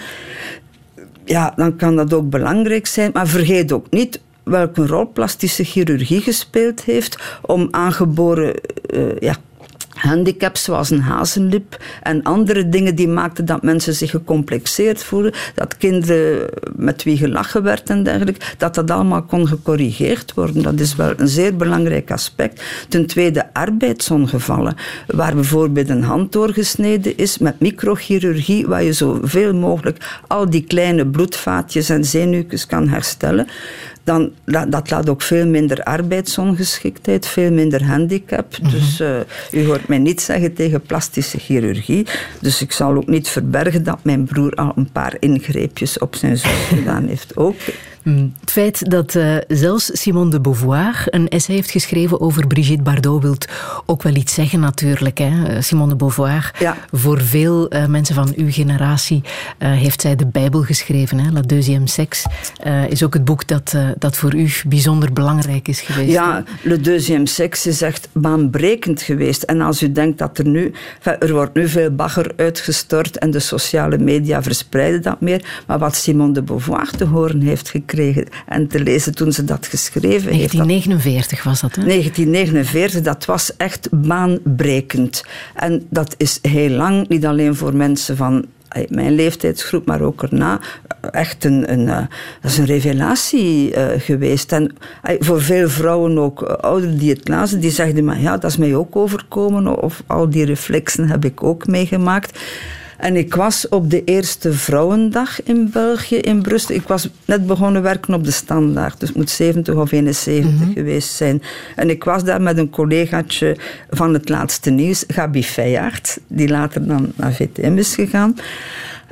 Ja, dan kan dat ook belangrijk zijn. Maar vergeet ook niet welke rol plastische chirurgie gespeeld heeft om aangeboren... Uh, ja, handicaps zoals een hazenlip en andere dingen die maakten dat mensen zich gecomplexeerd voelden, dat kinderen met wie gelachen werd en dergelijke, dat dat allemaal kon gecorrigeerd worden. Dat is wel een zeer belangrijk aspect. Ten tweede arbeidsongevallen, waar bijvoorbeeld een hand doorgesneden is met microchirurgie, waar je zoveel mogelijk al die kleine bloedvaatjes en zenuwtjes kan herstellen. Dan, dat, dat laat ook veel minder arbeidsongeschiktheid, veel minder handicap. Mm-hmm. Dus uh, u hoort mij niet zeggen tegen plastische chirurgie. Dus ik zal ook niet verbergen dat mijn broer al een paar ingreepjes op zijn zoon gedaan heeft ook. Het feit dat uh, zelfs Simone de Beauvoir een essay heeft geschreven over Brigitte Bardot wilt ook wel iets zeggen natuurlijk. Hè? Simone de Beauvoir, ja. Voor veel uh, mensen van uw generatie uh, heeft zij de Bijbel geschreven. Hè? La Deuxième Sexe uh, is ook het boek dat, uh, dat voor u bijzonder belangrijk is geweest. Ja, Le Deuxième Sexe is echt baanbrekend geweest. En als u denkt dat er nu... Er wordt nu veel bagger uitgestort en de sociale media verspreiden dat meer. Maar wat Simone de Beauvoir te horen heeft gekregen en te lezen toen ze dat geschreven heeft. negentien negenenveertig was dat, hè? negentien negenenveertig, dat was echt baanbrekend. En dat is heel lang, niet alleen voor mensen van mijn leeftijdsgroep, maar ook erna, echt een, een, uh, dat is een revelatie uh, geweest. En uh, voor veel vrouwen ook, uh, ouderen die het lazen, die zeiden, maar ja, dat is mij ook overkomen, of al die reflexen heb ik ook meegemaakt. En ik was op de eerste Vrouwendag in België, in Brussel. Ik was net begonnen werken op de Standaard. Dus het moet zeventig of eenenzeventig mm-hmm. geweest zijn. En ik was daar met een collegaatje van het laatste nieuws, Gabi Feyard, die later dan naar V T M is gegaan.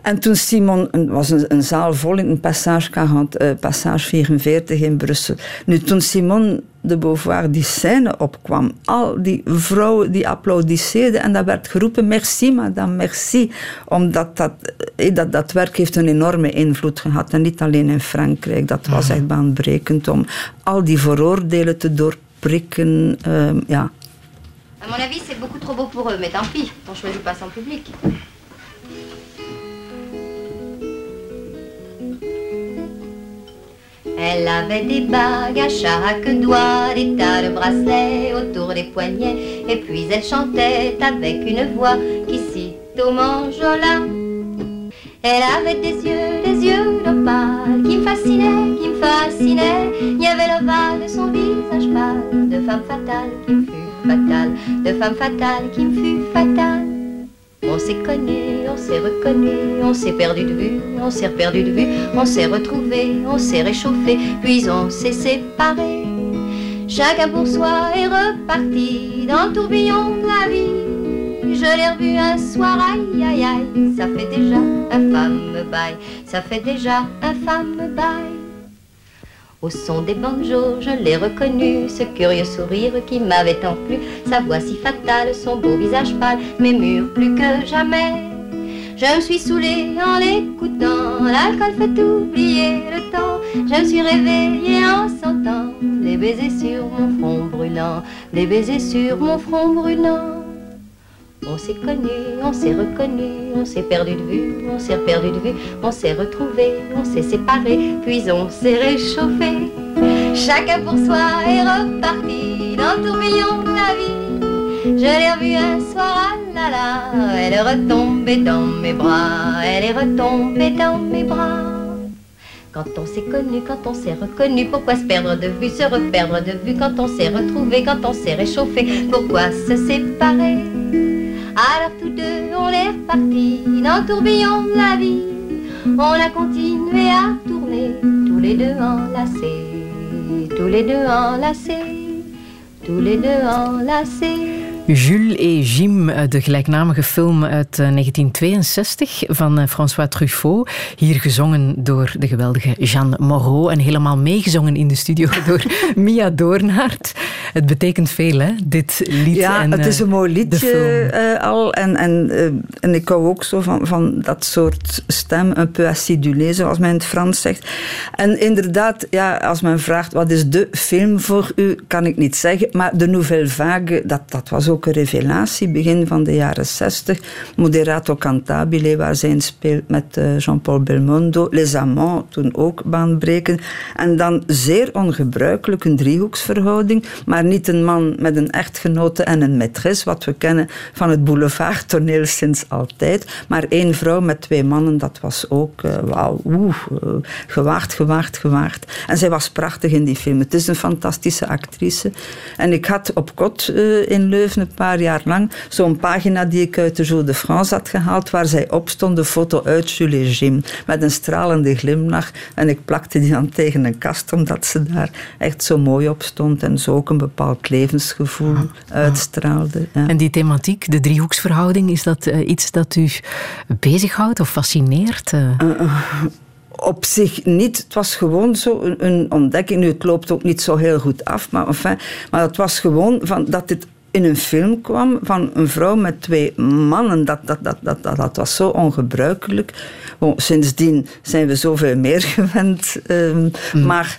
En toen Simon, het was een, een zaal vol in een passage, quarante, uh, passage vierenveertig in Brussel. Nu, toen Simone de Beauvoir die scène opkwam, al die vrouwen die applaudisseerden en dat werd geroepen, merci madame, merci. Omdat dat, dat, dat werk heeft een enorme invloed gehad. En niet alleen in Frankrijk, dat was echt baanbrekend om al die vooroordelen te doorprikken. Uh, ja. À mon avis, c'est beaucoup trop beau pour eux, mais tant pis, on choisit pas son public. Elle avait des bagues à chaque doigt, des tas de bracelets autour des poignets, et puis elle chantait avec une voix qui cite au manjola. Elle avait des yeux, des yeux d'opale qui me fascinaient, qui me fascinaient. Il y avait l'ovale de son visage pâle, de femme fatale qui me fut fatale, de femme fatale qui me fut fatale. On s'est connu, on s'est reconnu, on s'est perdu de vue, on s'est perdu de vue, on s'est retrouvé, on s'est réchauffé, puis on s'est séparé. Chacun pour soi est reparti dans le tourbillon de la vie. Je l'ai revu un soir, aïe aïe aïe, ça fait déjà un fameux bail, ça fait déjà un fameux bail. Au son des banjos, je l'ai reconnu, ce curieux sourire qui m'avait tant plu, sa voix si fatale, son beau visage pâle, mais mûr plus que jamais. Je me suis saoulée en l'écoutant, l'alcool fait oublier le temps. Je me suis réveillée en sentant des baisers sur mon front brûlant, des baisers sur mon front brûlant. On s'est connu, on s'est reconnu, on s'est perdu de vue, on s'est perdu de vue, on s'est retrouvé, on s'est séparé, puis on s'est réchauffé. Chacun pour soi est reparti dans le tourbillon de la vie. Je l'ai revue un soir, ah là là, elle est retombée dans mes bras, elle est retombée dans mes bras. Quand on s'est connu, quand on s'est reconnu, pourquoi se perdre de vue, se reperdre de vue, quand on s'est retrouvé, quand on s'est réchauffé, pourquoi se séparer? Alors tous deux on est repartis dans le tourbillon de la vie. On a continué à tourner, tous les deux enlacés, tous les deux enlacés, tous les deux enlacés. Jules et Jim, de gelijknamige film uit negentien tweeënzestig van François Truffaut. Hier gezongen door de geweldige Jeanne Moreau en helemaal meegezongen in de studio door Mia Doornaert. Het betekent veel, hè, dit lied. Ja, en, het is een mooi liedje uh, al. En, en, uh, en ik hou ook zo van, van dat soort stem, un peu acidulé, zoals men in het Frans zegt. En inderdaad, ja, als men vraagt wat is de film voor u, kan ik niet zeggen. Maar de Nouvelle Vague, dat, dat was ook een revelatie, begin van de jaren zestig. Moderato Cantabile, waar zij in speelt met uh, Jean-Paul Belmondo. Les Amants, toen ook baanbreken. En dan zeer ongebruikelijk een driehoeksverhouding, maar niet een man met een echtgenote en een maîtresse, wat we kennen van het boulevardtoneel sinds altijd. Maar één vrouw met twee mannen, dat was ook, uh, wauw, oeh, uh, gewaagd, gewaagd, gewaagd. En zij was prachtig in die film. Het is een fantastische actrice. En ik had op Kot uh, in Leuven een paar jaar lang zo'n pagina die ik uit de Jour de France had gehaald, waar zij op stond, de foto uit Jules et Jim, met een stralende glimlach. En ik plakte die dan tegen een kast, omdat ze daar echt zo mooi op stond en zo ook een bepaald levensgevoel ja, uitstraalde. Ja. En die thematiek, de driehoeksverhouding, is dat uh, iets dat u bezighoudt of fascineert? Uh? Uh, Op zich niet. Het was gewoon zo een, een ontdekking. Nu, het loopt ook niet zo heel goed af, maar, enfin, maar het was gewoon van dat dit in een film kwam van een vrouw met twee mannen. Dat, dat, dat, dat, dat, dat was zo ongebruikelijk. Bon, sindsdien zijn we zoveel meer gewend. Um, mm. Maar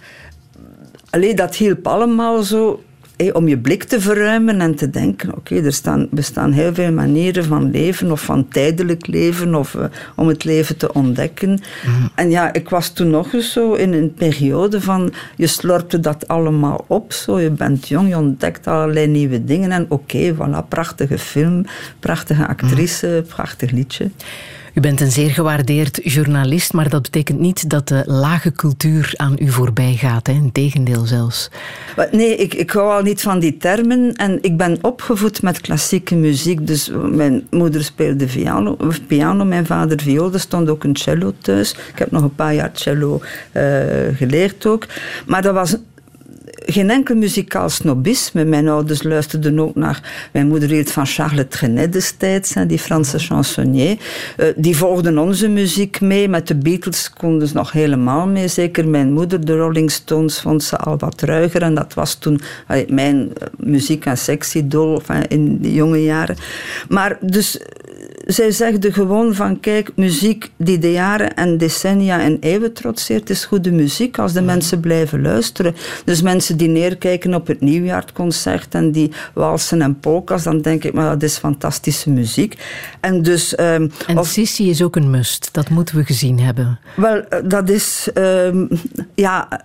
allee, dat hielp allemaal zo. Hey, om je blik te verruimen en te denken, oké, okay, er staan, bestaan heel veel manieren van leven of van tijdelijk leven of uh, om het leven te ontdekken. Mm. En ja, ik was toen nog eens zo in een periode van, je slorpte dat allemaal op, zo, je bent jong, je ontdekt allerlei nieuwe dingen en oké, okay, voilà, prachtige film, prachtige actrice, mm. prachtig liedje. U bent een zeer gewaardeerd journalist, maar dat betekent niet dat de lage cultuur aan u voorbij gaat. Hè? Integendeel zelfs. Nee, ik, ik hou al niet van die termen. En ik ben opgevoed met klassieke muziek. Dus mijn moeder speelde piano, piano mijn vader viool. Er stond ook een cello thuis. Ik heb nog een paar jaar cello uh, geleerd ook. Maar dat was geen enkel muzikaal snobisme. Mijn ouders luisterden ook naar... Mijn moeder hield van Charles Trenet destijds, hè, die Franse chansonnier. Uh, die volgden onze muziek mee. Met de Beatles konden ze nog helemaal mee. Zeker mijn moeder, de Rolling Stones, vond ze al wat ruiger. En dat was toen allee, mijn uh, muziek- en seksidool in de jonge jaren. Maar dus... Zij zegde gewoon van, kijk, muziek die de jaren en decennia en eeuwen trotseert, is goede muziek als de ja. mensen blijven luisteren. Dus mensen die neerkijken op het nieuwjaarconcert en die walsen en polkas, dan denk ik, maar dat is fantastische muziek. En dus... Um, en of, Sissi is ook een must, dat moeten we gezien hebben. Wel, dat is... Um, ja...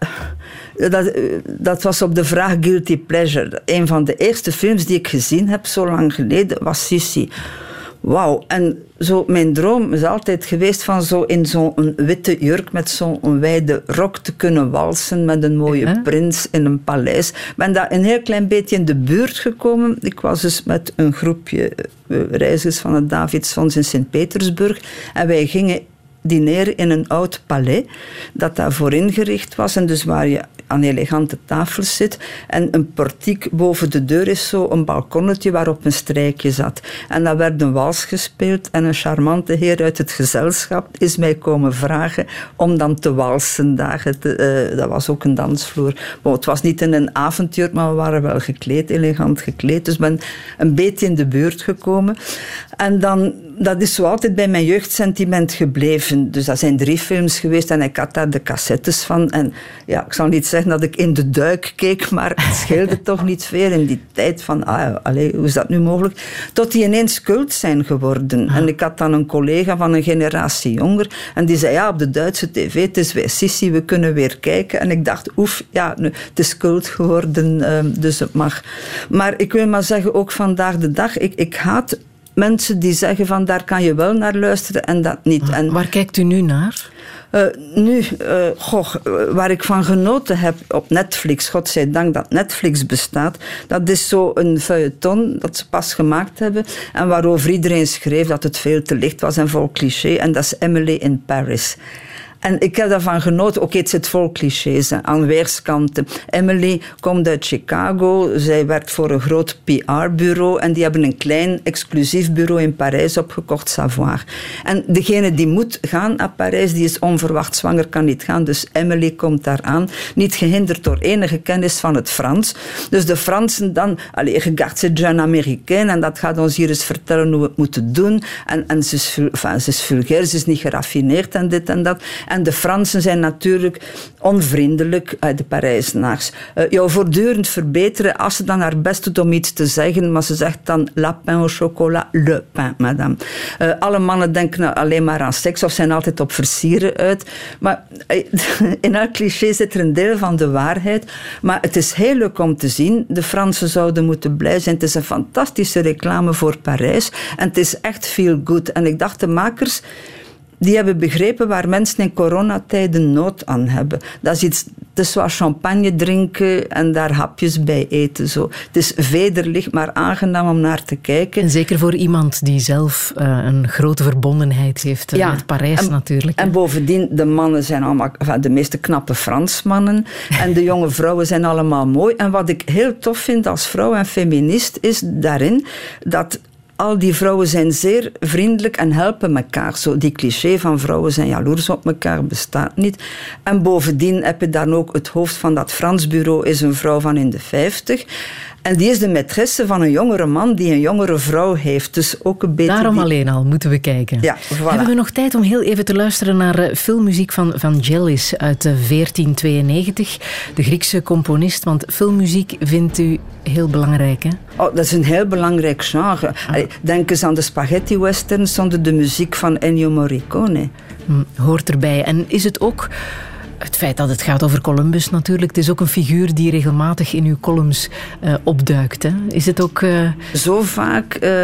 Dat, dat was op de vraag Guilty Pleasure. Een van de eerste films die ik gezien heb, zo lang geleden, was Sissi. Wauw, en zo, mijn droom is altijd geweest van zo in zo'n witte jurk met zo'n wijde rok te kunnen walsen met een mooie uh-huh. prins in een paleis. Ik ben daar een heel klein beetje in de buurt gekomen. Ik was dus met een groepje reizigers van het Davidsfonds in Sint-Petersburg en wij gingen dineren in een oud palais dat daarvoor ingericht was en dus waar je aan elegante tafels zit en een portiek boven de deur is zo een balkonnetje waarop een strijkje zat. En daar werd een wals gespeeld en een charmante heer uit het gezelschap is mij komen vragen om dan te walsen daar. Het, uh, dat was ook een dansvloer. Bon, het was niet in een avondjurk, maar we waren wel gekleed, elegant gekleed. Dus ik ben een beetje in de buurt gekomen. En dan, dat is zo altijd bij mijn jeugdsentiment gebleven. Dus dat zijn drie films geweest en ik had daar de cassettes van. En ja, ik zal niet zeggen dat ik in de duik keek, maar het scheelde toch niet veel in die tijd van, ah, allez, hoe is dat nu mogelijk? Tot die ineens cult zijn geworden. Ah. En ik had dan een collega van een generatie jonger en die zei, ja, op de Duitse tv, het is bij Sissi, we kunnen weer kijken. En ik dacht, oef, ja, nu, het is cult geworden, um, dus het mag. Maar ik wil maar zeggen, ook vandaag de dag, ik, ik haat mensen die zeggen van, daar kan je wel naar luisteren en dat niet. En, waar kijkt u nu naar? Uh, nu, uh, goh, waar ik van genoten heb op Netflix, godzijdank dat Netflix bestaat, dat is zo een feuilleton dat ze pas gemaakt hebben en waarover iedereen schreef dat het veel te licht was en vol cliché, en dat is Emily in Paris. En ik heb daarvan genoten. Oké, het zit vol clichés hè, aan weerskanten. Emily komt uit Chicago. Zij werkt voor een groot P R-bureau. En die hebben een klein exclusief bureau in Parijs opgekocht, Savoir. En degene die moet gaan naar Parijs, die is onverwacht zwanger, kan niet gaan. Dus Emily komt daar aan. Niet gehinderd door enige kennis van het Frans. Dus de Fransen dan... Allez, regarde, c'est jeune américain. En dat gaat ons hier eens vertellen hoe we het moeten doen. En, en ze, is, enfin, ze is vulgair, ze is niet geraffineerd en dit en dat. En de Fransen zijn natuurlijk onvriendelijk, de Parijzenaars. Uh, jou voortdurend verbeteren als ze dan haar best doet om iets te zeggen, maar ze zegt dan la pain au chocolat, le pain, madame. Uh, alle mannen denken alleen maar aan seks of zijn altijd op versieren uit. Maar uh, in elk cliché zit er een deel van de waarheid. Maar het is heel leuk om te zien. De Fransen zouden moeten blij zijn. Het is een fantastische reclame voor Parijs. En het is echt feel good. En ik dacht, de makers... die hebben begrepen waar mensen in coronatijden nood aan hebben. Dat is iets, het is zoals champagne drinken en daar hapjes bij eten. Zo. Het is vederlicht, maar aangenaam om naar te kijken. En zeker voor iemand die zelf uh, een grote verbondenheid heeft uh, ja, met Parijs en, natuurlijk. Hè? En bovendien, de mannen zijn allemaal, enfin, de meeste knappe Fransmannen. En de jonge vrouwen zijn allemaal mooi. En wat ik heel tof vind als vrouw en feminist, is daarin dat... al die vrouwen zijn zeer vriendelijk en helpen elkaar. Zo, die cliché van vrouwen zijn jaloers op elkaar bestaat niet. En bovendien heb je dan ook het hoofd van dat Frans bureau is een vrouw van in de vijftig. En die is de maîtresse van een jongere man die een jongere vrouw heeft. Dus ook een beetje... Daarom die... alleen al moeten we kijken. Ja, voilà. Hebben we nog tijd om heel even te luisteren naar uh, filmmuziek van Vangelis uit uh, veertien tweeënnegentig. De Griekse componist, want filmmuziek vindt u heel belangrijk, hè? Oh, dat is een heel belangrijk genre. Ah. Allee, denk eens aan de spaghetti westerns zonder de muziek van Ennio Morricone. Hm, hoort erbij. En is het ook... Het feit dat het gaat over Columbus natuurlijk. Het is ook een figuur die regelmatig in uw columns uh, opduikt. Hè? Is het ook... Uh... Zo vaak... Uh,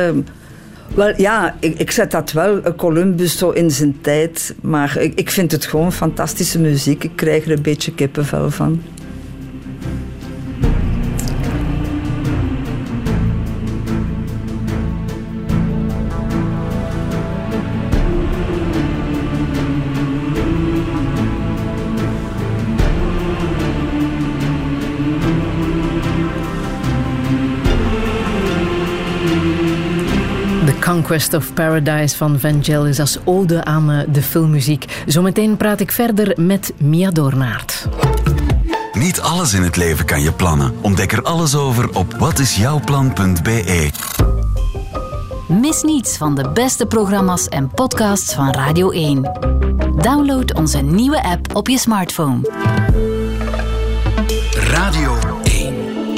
wel ja, ik, ik zet dat wel, Columbus zo in zijn tijd. Maar ik, ik vind het gewoon fantastische muziek. Ik krijg er een beetje kippenvel van. Conquest of Paradise van Vangelis als ode aan uh, de filmmuziek. Zometeen praat ik verder met Mia Doornaert. Niet alles in het leven kan je plannen. Ontdek er alles over op watisjouwplan punt b e. Mis niets van de beste programma's en podcasts van Radio één. Download onze nieuwe app op je smartphone. Radio één.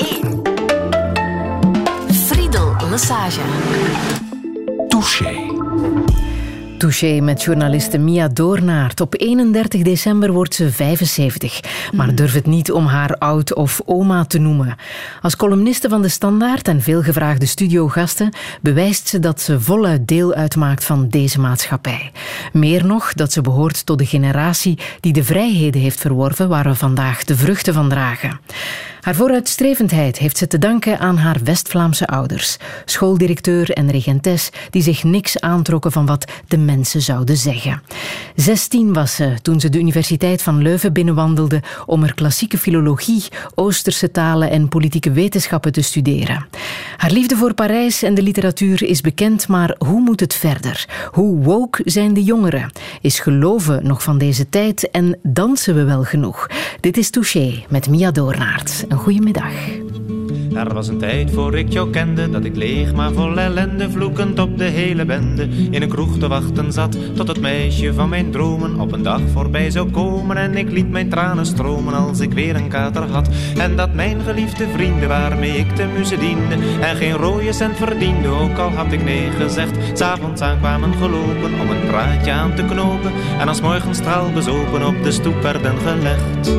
Friedel Lesage. Touché. Touché met journaliste Mia Doornaert. Op eenendertig december wordt ze vijfenzeventig, maar durft het niet om haar oud of oma te noemen. Als columniste van De Standaard en veelgevraagde studiogasten bewijst ze dat ze voluit deel uitmaakt van deze maatschappij. Meer nog, dat ze behoort tot de generatie die de vrijheden heeft verworven waar we vandaag de vruchten van dragen. Haar vooruitstrevendheid heeft ze te danken aan haar West-Vlaamse ouders, schooldirecteur en regentes die zich niks aantrokken van wat de mensen zouden zeggen. Zestien was ze toen ze de Universiteit van Leuven binnenwandelde om er klassieke filologie, Oosterse talen en politieke wetenschappen te studeren. Haar liefde voor Parijs en de literatuur is bekend, maar hoe moet het verder? Hoe woke zijn de jongeren? Is geloven nog van deze tijd en dansen we wel genoeg? Dit is Touché met Mia Doornaert. Een goeiemiddag. Er was een tijd voor ik jou kende, dat ik leeg maar vol ellende, vloekend op de hele bende, in een kroeg te wachten zat, tot het meisje van mijn dromen op een dag voorbij zou komen. En ik liet mijn tranen stromen als ik weer een kater had. En dat mijn geliefde vrienden waarmee ik de muze diende en geen rode cent verdiende, ook al had ik nee gezegd, 's avonds aankwamen gelopen om een praatje aan te knopen en als morgens straal bezopen op de stoep werden gelegd.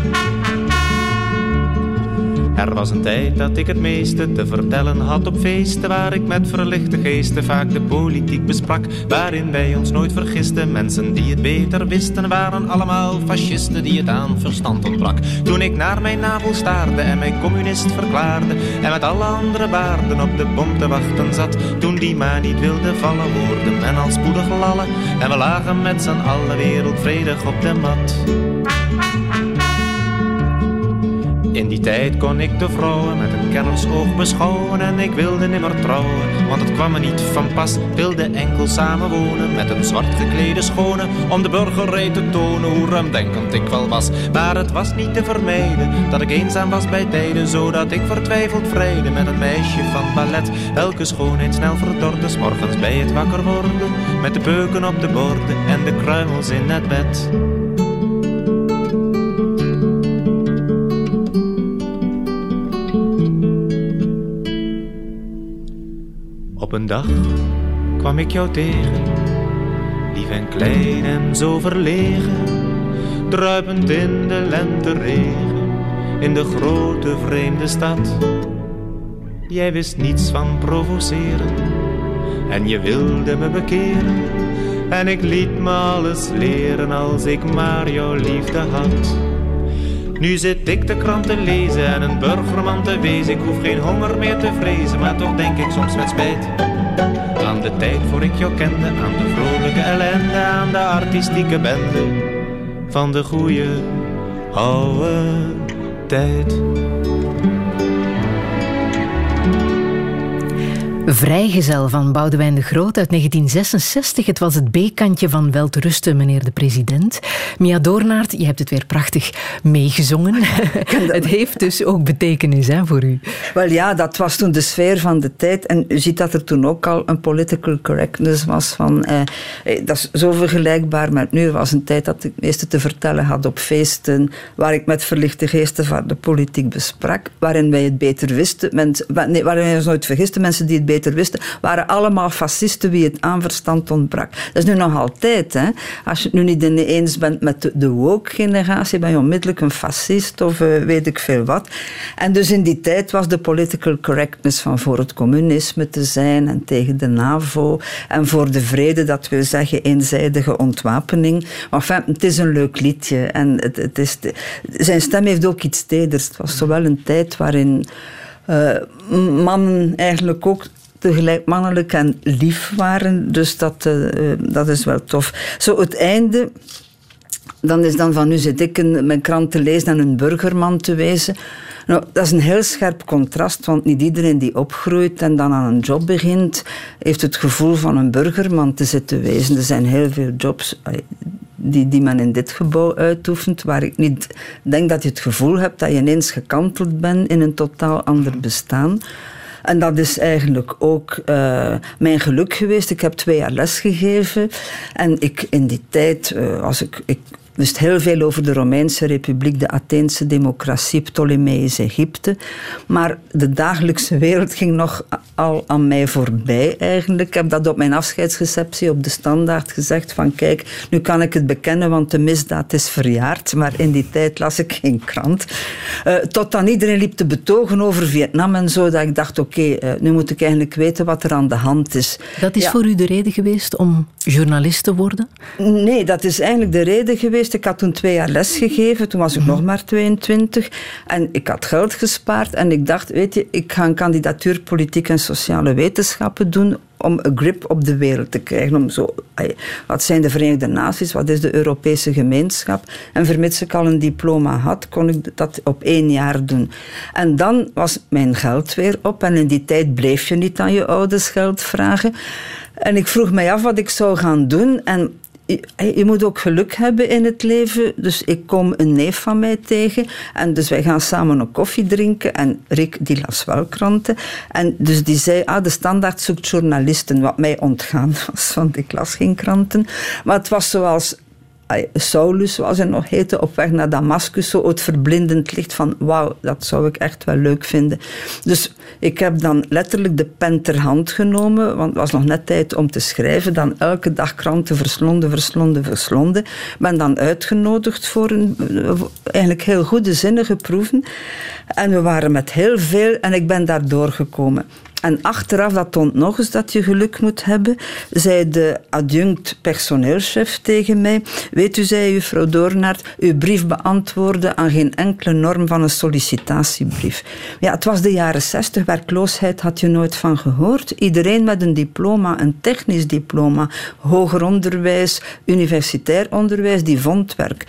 Er was een tijd dat ik het meeste te vertellen had op feesten, waar ik met verlichte geesten vaak de politiek besprak, waarin wij ons nooit vergisten. Mensen die het beter wisten waren allemaal fascisten die het aan verstand ontbrak. Toen ik naar mijn navel staarde en mij communist verklaarde en met alle andere baarden op de bom te wachten zat, toen die maar niet wilde vallen, hoorde men al spoedig lallen en we lagen met z'n allen wereldvredig op de mat. In die tijd kon ik de vrouwen met een kennersoog beschouwen en ik wilde nimmer trouwen, want het kwam me niet van pas. Wilde enkel samenwonen met een zwart geklede schone, om de burgerij te tonen hoe ruimdenkend ik wel was. Maar het was niet te vermijden dat ik eenzaam was bij tijden, zodat ik vertwijfeld vrijde met een meisje van ballet, welke schoonheid snel verdorde, 's morgens bij het wakker worden, met de peuken op de borden en de kruimels in het bed. Op een dag kwam ik jou tegen, lief en klein en zo verlegen, druipend in de lenteregen, in de grote vreemde stad. Jij wist niets van provoceren en je wilde me bekeren, en ik liet me alles leren als ik maar jouw liefde had. Nu zit ik de krant te lezen en een burgerman te wezen. Ik hoef geen honger meer te vrezen, maar toch denk ik soms met spijt aan de tijd voor ik jou kende, aan de vrolijke ellende, aan de artistieke bende van de goeie oude tijd. Vrijgezel van Boudewijn de Groot uit negentien zesenzestig. Het was het B-kantje van Welterusten, meneer de president. Mia Doornaert, je hebt het weer prachtig meegezongen. Het heeft dus ook betekenis, hè, voor u. Wel ja, dat was toen de sfeer van de tijd. En u ziet dat er toen ook al een political correctness was. Van, eh, dat is zo vergelijkbaar met nu. Er was een tijd dat ik het meeste te vertellen had op feesten, waar ik met verlichte geesten van de politiek besprak, waarin wij het beter wisten. Mens, nee, waarin wij ons nooit vergisten. Mensen die het beter wisten, waren allemaal fascisten wie het aan verstand ontbrak. Dat is nu nog altijd. Hè. Als je het nu niet eens bent met de, de woke-generatie, ben je onmiddellijk een fascist of uh, weet ik veel wat. En dus in die tijd was de political correctness van voor het communisme te zijn en tegen de NAVO en voor de vrede, dat wil zeggen eenzijdige ontwapening. Maar enfin, het is een leuk liedje en het, het is de, zijn stem heeft ook iets teders. Het was zowel een tijd waarin uh, mannen eigenlijk ook tegelijk mannelijk en lief waren. Dus dat, uh, dat is wel tof. Zo het einde dan is dan van nu zit ik een, mijn krant te lezen en een burgerman te wezen. Nou, dat is een heel scherp contrast, want niet iedereen die opgroeit en dan aan een job begint, heeft het gevoel van een burgerman te zitten wezen. Er zijn heel veel jobs die, die men in dit gebouw uitoefent, waar ik niet denk dat je het gevoel hebt dat je ineens gekanteld bent in een totaal ander bestaan. En dat is eigenlijk ook uh, mijn geluk geweest. Ik heb twee jaar les gegeven. En ik in die tijd, uh, als ik, ik wist heel veel over de Romeinse Republiek, de Atheense democratie, Ptolemeïs Egypte. Maar de dagelijkse wereld ging nog al aan mij voorbij eigenlijk. Ik heb dat op mijn afscheidsreceptie op de Standaard gezegd van kijk, nu kan ik het bekennen, want de misdaad is verjaard. Maar in die tijd las ik geen krant. Uh, tot dan iedereen liep te betogen over Vietnam en zo, dat ik dacht oké, okay, uh, nu moet ik eigenlijk weten wat er aan de hand is. Dat is ja. voor u de reden geweest om journalist te worden? Nee, dat is eigenlijk de reden geweest. Ik had toen twee jaar les gegeven, toen was ik mm. nog maar tweeëntwintig. En ik had geld gespaard en ik dacht, weet je, ik ga een kandidatuur politiek en sociale wetenschappen doen om een grip op de wereld te krijgen. Om zo, wat zijn de Verenigde Naties, wat is de Europese gemeenschap? En vermits ik al een diploma had, kon ik dat op één jaar doen. En dan was mijn geld weer op en in die tijd bleef je niet aan je ouders geld vragen. En ik vroeg mij af wat ik zou gaan doen en Je, je moet ook geluk hebben in het leven. Dus ik kom een neef van mij tegen. En dus wij gaan samen een koffie drinken. En Rick, die las wel kranten. En dus die zei, ah, de Standaard zoekt journalisten. Wat mij ontgaan was, want ik las geen kranten. Maar het was zoals Saulus, zoals hij nog heette, op weg naar Damascus, zo het verblindend licht van wauw, dat zou ik echt wel leuk vinden. Dus ik heb dan letterlijk de pen ter hand genomen, want het was nog net tijd om te schrijven, dan elke dag kranten verslonden, verslonden, verslonden. Ben dan uitgenodigd voor een, eigenlijk heel goede zinnige proeven. En we waren met heel veel en ik ben daar doorgekomen. En achteraf, dat toont nog eens dat je geluk moet hebben, zei de adjunct personeelschef tegen mij, weet u, zei juffrouw Doornaert, uw brief beantwoordde aan geen enkele norm van een sollicitatiebrief. Ja, het was de jaren zestig, werkloosheid had je nooit van gehoord. Iedereen met een diploma, een technisch diploma, hoger onderwijs, universitair onderwijs, die vond werk.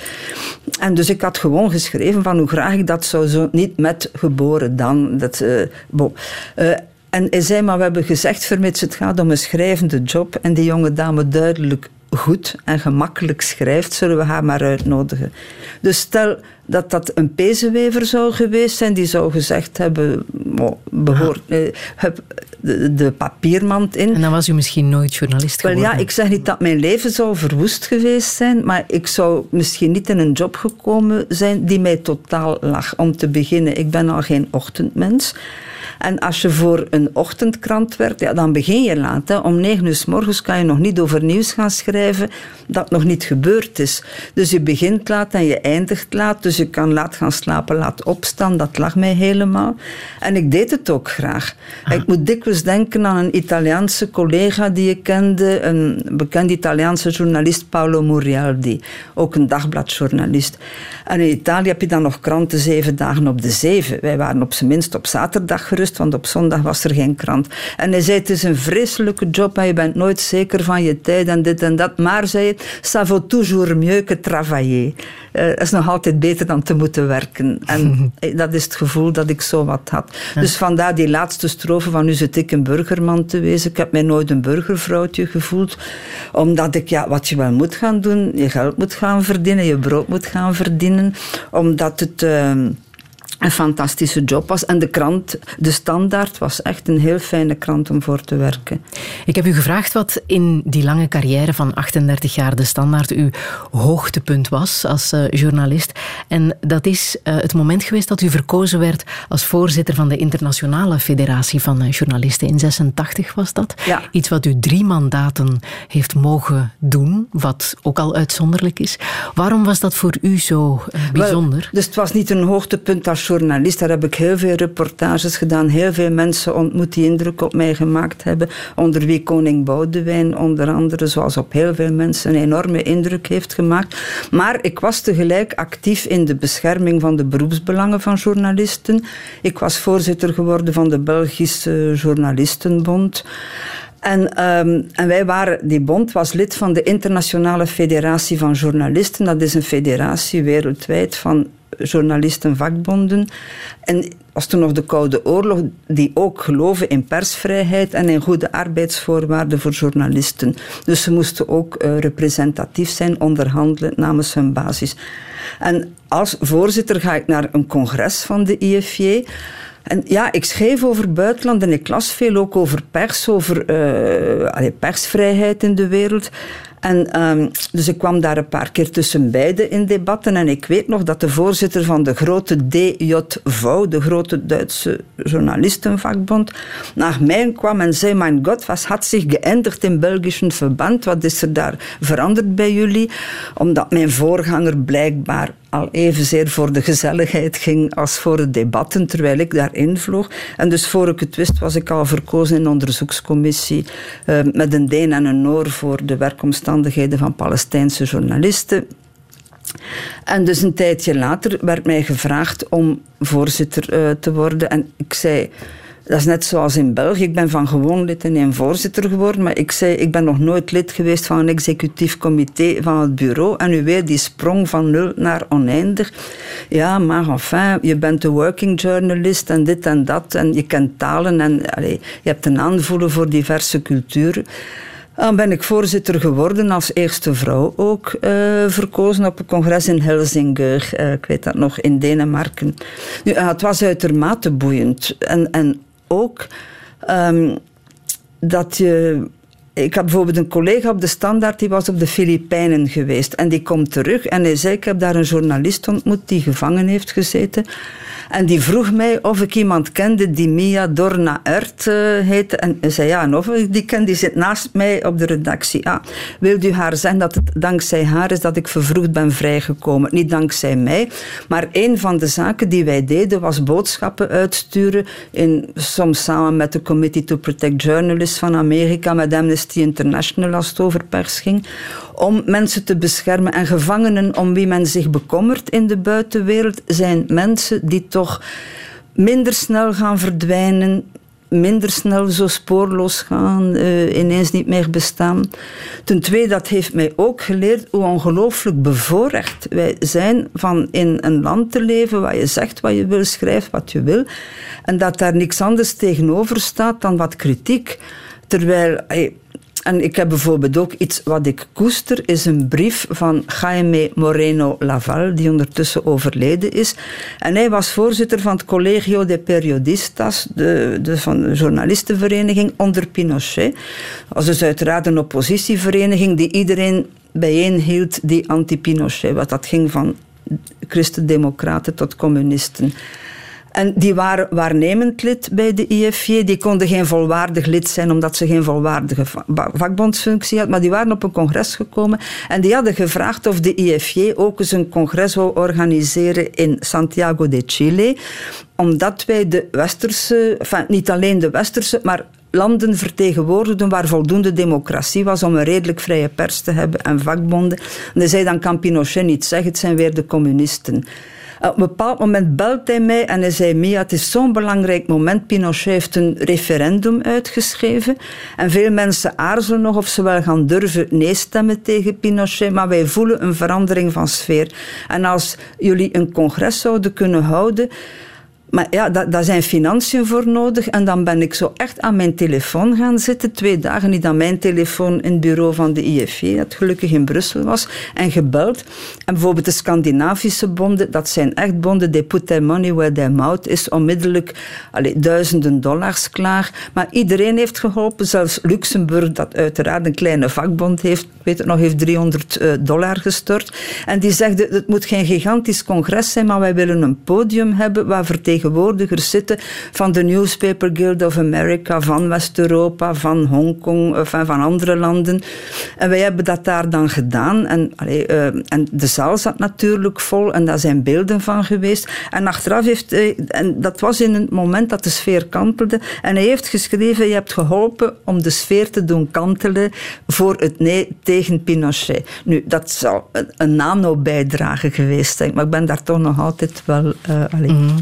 En dus ik had gewoon geschreven van hoe graag ik dat zou zo, niet met geboren dan. Dat, uh, bon. Uh, En hij zei, maar we hebben gezegd, vermits het gaat om een schrijvende job en die jonge dame duidelijk goed en gemakkelijk schrijft, zullen we haar maar uitnodigen. Dus stel dat dat een pezenwever zou geweest zijn, die zou gezegd hebben, oh, behoor, eh, heb de, de papiermand in. En dan was u misschien nooit journalist geworden. Wel ja, ik zeg niet dat mijn leven zou verwoest geweest zijn, maar ik zou misschien niet in een job gekomen zijn die mij totaal lag. Om te beginnen, ik ben al geen ochtendmens. En als je voor een ochtendkrant werkt, ja, dan begin je laat. Hè. Om negen uur 's morgens kan je nog niet over nieuws gaan schrijven dat nog niet gebeurd is. Dus je begint laat en je eindigt laat. Dus je kan laat gaan slapen, laat opstaan. Dat lag mij helemaal. En ik deed het ook graag. Ah. Ik moet dikwijls denken aan een Italiaanse collega die ik kende. Een bekende Italiaanse journalist, Paolo Murialdi. Ook een dagbladjournalist. En in Italië heb je dan nog kranten zeven dagen op de zeven. Wij waren op zijn minst op zaterdag gerust, want op zondag was er geen krant. En hij zei, het is een vreselijke job en je bent nooit zeker van je tijd en dit en dat. Maar, zei hij, ça vaut toujours mieux que travailler. Het uh, is nog altijd beter dan te moeten werken. En dat is het gevoel dat ik zo wat had. Ja. Dus vandaar die laatste strofe van nu zit ik een burgerman te wezen. Ik heb mij nooit een burgervrouwtje gevoeld. Omdat ik, ja, wat je wel moet gaan doen, je geld moet gaan verdienen, je brood moet gaan verdienen. Omdat het Uh, een fantastische job was. En de krant, de Standaard, was echt een heel fijne krant om voor te werken. Ik heb u gevraagd wat in die lange carrière van achtendertig jaar de Standaard uw hoogtepunt was als uh, journalist. En dat is uh, het moment geweest dat u verkozen werd als voorzitter van de Internationale Federatie van uh, Journalisten. In zesentachtig was dat. Ja. Iets wat u drie mandaten heeft mogen doen, wat ook al uitzonderlijk is. Waarom was dat voor u zo uh, bijzonder? Wel, dus het was niet een hoogtepunt als journalist. Daar heb ik heel veel reportages gedaan, heel veel mensen ontmoet die indruk op mij gemaakt hebben, onder wie koning Boudewijn onder andere, zoals op heel veel mensen een enorme indruk heeft gemaakt. Maar ik was tegelijk actief in de bescherming van de beroepsbelangen van journalisten. Ik was voorzitter geworden van de Belgische Journalistenbond. En, um, en wij waren, die bond was lid van de Internationale Federatie van Journalisten. Dat is een federatie wereldwijd van journalistenvakbonden. En was toen nog de Koude Oorlog, die ook geloven in persvrijheid en in goede arbeidsvoorwaarden voor journalisten. Dus ze moesten ook uh, representatief zijn, onderhandelen namens hun basis. En als voorzitter ga ik naar een congres van de I F J. En ja, ik schreef over buitenland en ik las veel ook over pers, over uh, allee, persvrijheid in de wereld. En um, dus ik kwam daar een paar keer tussen beiden in debatten. En ik weet nog dat de voorzitter van de grote D J V, de grote Duitse journalistenvakbond, naar mij kwam en zei: mijn god, wat had zich geënderd in Belgische verband? Wat is er daar veranderd bij jullie? Omdat mijn voorganger blijkbaar al evenzeer voor de gezelligheid ging als voor de debatten, terwijl ik daarin vloog. En dus voor ik het wist was ik al verkozen in een onderzoekscommissie uh, met een Deen en een Noor voor de werkomstandigheden van Palestijnse journalisten. En dus een tijdje later werd mij gevraagd om voorzitter uh, te worden. En ik zei... Dat is net zoals in België. Ik ben van gewoon lid en een voorzitter geworden. Maar ik zei, ik ben nog nooit lid geweest van een executief comité van het bureau. En u weet, die sprong van nul naar oneindig. Ja, maar enfin, je bent een working journalist en dit en dat. En je kent talen en allez, je hebt een aanvoelen voor diverse culturen. Dan ben ik voorzitter geworden, als eerste vrouw ook uh, verkozen op een congres in Helsinger. Uh, ik weet dat nog, in Denemarken. Nu, uh, het was uitermate boeiend. En, en ook um, dat je... Ik had bijvoorbeeld een collega op de Standaard, die was op de Filipijnen geweest. En die komt terug en hij zei, ik heb daar een journalist ontmoet die gevangen heeft gezeten. En die vroeg mij of ik iemand kende die Mia Dorna-Ert uh, heette. En hij zei, ja, en of ik die ken, die zit naast mij op de redactie. Ja, wil u haar zeggen dat het dankzij haar is dat ik vervroegd ben vrijgekomen? Niet dankzij mij, maar een van de zaken die wij deden was boodschappen uitsturen, in, soms samen met de Committee to Protect Journalists van Amerika, met Amnesty International als het over pers ging, om mensen te beschermen. En gevangenen om wie men zich bekommert in de buitenwereld zijn mensen die toch minder snel gaan verdwijnen, minder snel zo spoorloos gaan, uh, ineens niet meer bestaan. Ten tweede, dat heeft mij ook geleerd hoe ongelooflijk bevoorrecht wij zijn van in een land te leven waar je zegt wat je wil, schrijft wat je wil, en dat daar niks anders tegenover staat dan wat kritiek. Terwijl... Hey, en ik heb bijvoorbeeld ook iets wat ik koester, is een brief van Jaime Moreno Laval, die ondertussen overleden is. En hij was voorzitter van het Colegio de Periodistas, de, de, van de journalistenvereniging onder Pinochet. Dat was dus uiteraard een oppositievereniging die iedereen bijeenhield die anti-Pinochet was. Dat ging van christendemocraten tot communisten. En die waren waarnemend lid bij de I F J. Die konden geen volwaardig lid zijn omdat ze geen volwaardige vakbondsfunctie hadden. Maar die waren op een congres gekomen en die hadden gevraagd of de I F J ook eens een congres wou organiseren in Santiago de Chile. Omdat wij de westerse, enfin, niet alleen de westerse, maar landen vertegenwoordigden waar voldoende democratie was om een redelijk vrije pers te hebben en vakbonden. En hij zei, dan kan Pinochet niet zeggen, het zijn weer de communisten. Op een bepaald moment belt hij mij en hij zei, Mia, het is zo'n belangrijk moment. Pinochet heeft een referendum uitgeschreven en veel mensen aarzelen nog of ze wel gaan durven nee stemmen tegen Pinochet, maar wij voelen een verandering van sfeer. En als jullie een congres zouden kunnen houden, maar ja, daar, daar zijn financiën voor nodig. En dan ben ik zo echt aan mijn telefoon gaan zitten. Twee dagen niet aan mijn telefoon in het bureau van de I F J, dat gelukkig in Brussel was, en gebeld. En bijvoorbeeld de Scandinavische bonden, dat zijn echt bonden, they put their money where their mouth is, onmiddellijk allez, duizenden dollars klaar. Maar iedereen heeft geholpen, zelfs Luxemburg, dat uiteraard een kleine vakbond heeft, ik weet het nog, heeft driehonderd dollar gestort. En die zegde, het moet geen gigantisch congres zijn, maar wij willen een podium hebben waar vertegenwoordigers zitten van de Newspaper Guild of America, van West-Europa, van Hongkong, van, van andere landen. En wij hebben dat daar dan gedaan. En, allee, uh, en de zaal zat natuurlijk vol en daar zijn beelden van geweest. En achteraf heeft hij, en dat was in het moment dat de sfeer kantelde, en hij heeft geschreven, je hebt geholpen om de sfeer te doen kantelen voor het nee tegen Pinochet. Nu, dat zou een, een nano-bijdrage geweest zijn, maar ik ben daar toch nog altijd wel uh, allee, mm. echt trots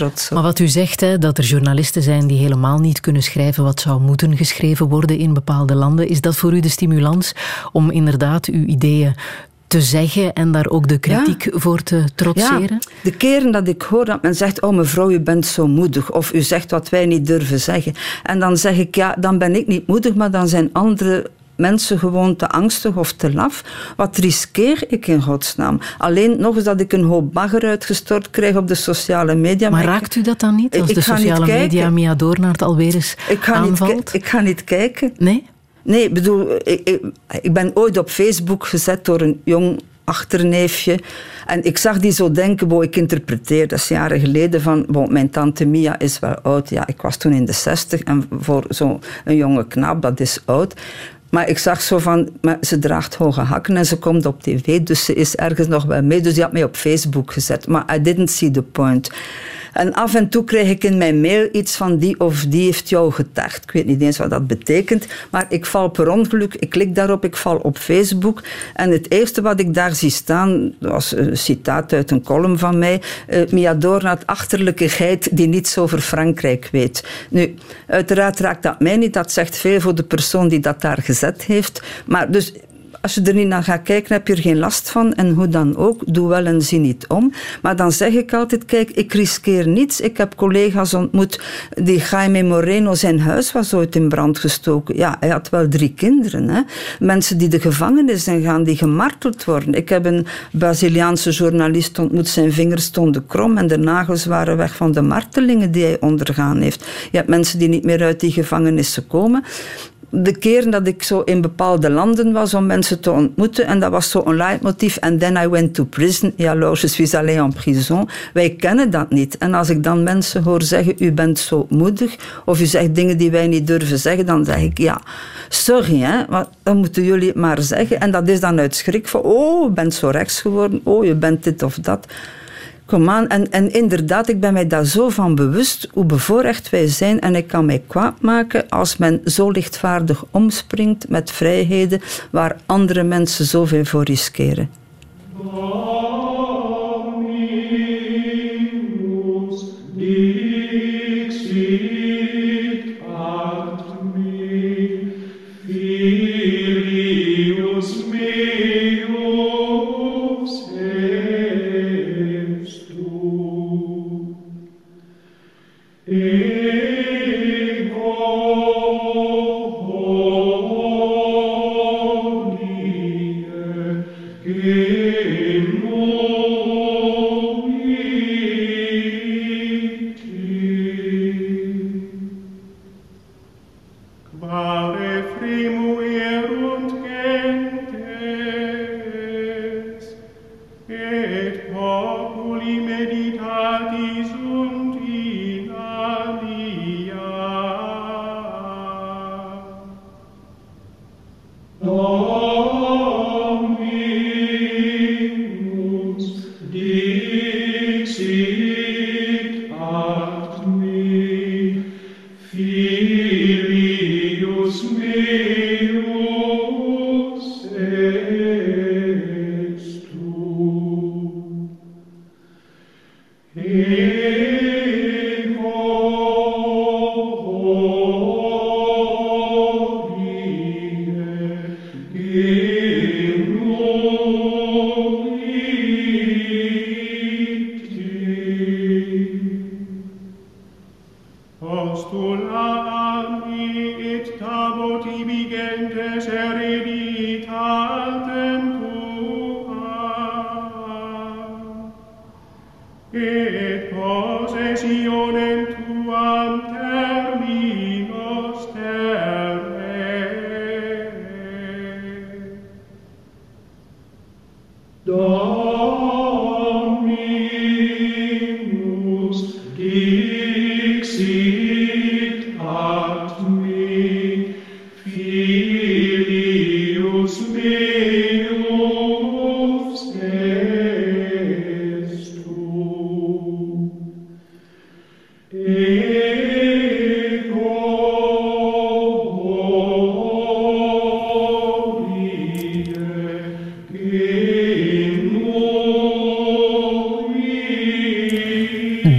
trots op. Maar wat u zegt, hè, dat er journalisten zijn die helemaal niet kunnen schrijven wat zou moeten geschreven worden in bepaalde landen, is dat voor u de stimulans om inderdaad uw ideeën te zeggen en daar ook de kritiek ja. voor te trotseren? Ja, de keren dat ik hoor dat men zegt, oh mevrouw, u bent zo moedig, of u zegt wat wij niet durven zeggen. En dan zeg ik, ja, dan ben ik niet moedig, maar dan zijn andere mensen gewoon te angstig of te laf. Wat riskeer ik in godsnaam? Alleen nog eens dat ik een hoop bagger uitgestort krijg op de sociale media. Maar, maar raakt u dat dan niet? Als ik de sociale media Mia Doornaert alweer eens ik ga aanvalt? Niet, ik ga niet kijken. Nee? Nee, ik bedoel, ik, ik, ik ben ooit op Facebook gezet door een jong achterneefje. En ik zag die zo denken, bo, ik interpreteer, dat is jaren geleden, van bo, mijn tante Mia is wel oud. Ja, ik was toen in de zestig en voor zo'n jonge knaap, dat is oud. Maar ik zag zo van, maar ze draagt hoge hakken en ze komt op tv, dus ze is ergens nog wel mee. Dus die had mij op Facebook gezet. Maar I didn't see the point. En af en toe krijg ik in mijn mail iets van die of die heeft jou getagd. Ik weet niet eens wat dat betekent, maar ik val per ongeluk, ik klik daarop, ik val op Facebook. En het eerste wat ik daar zie staan, was een citaat uit een column van mij, uh, Mia Doornaert, achterlijke geit die niets over Frankrijk weet. Nu, uiteraard raakt dat mij niet, dat zegt veel voor de persoon die dat daar gezet heeft. Maar dus, als je er niet naar gaat kijken, heb je er geen last van. En hoe dan ook, doe wel en zie niet om. Maar dan zeg ik altijd, kijk, ik riskeer niets. Ik heb collega's ontmoet, die Jaime Moreno, zijn huis was ooit in brand gestoken. Ja, hij had wel drie kinderen. Hè. Mensen die de gevangenis in gaan, die gemarteld worden. Ik heb een Braziliaanse journalist ontmoet, zijn vingers stonden krom en de nagels waren weg van de martelingen die hij ondergaan heeft. Je hebt mensen die niet meer uit die gevangenissen komen. De keren dat ik zo in bepaalde landen was om mensen te ontmoeten, en dat was zo een leidmotief, and then I went to prison, ja, alors je suis allé en prison. Wij kennen dat niet. En als ik dan mensen hoor zeggen, u bent zo moedig, of u zegt dingen die wij niet durven zeggen, dan zeg ik, ja, sorry, hè, maar dan moeten jullie het maar zeggen. En dat is dan uit schrik van, oh, je bent zo rechts geworden, oh, je bent dit of dat. Kom aan, en, en inderdaad, ik ben mij daar zo van bewust hoe bevoorrecht wij zijn en ik kan mij kwaad maken als men zo lichtvaardig omspringt met vrijheden waar andere mensen zoveel voor riskeren.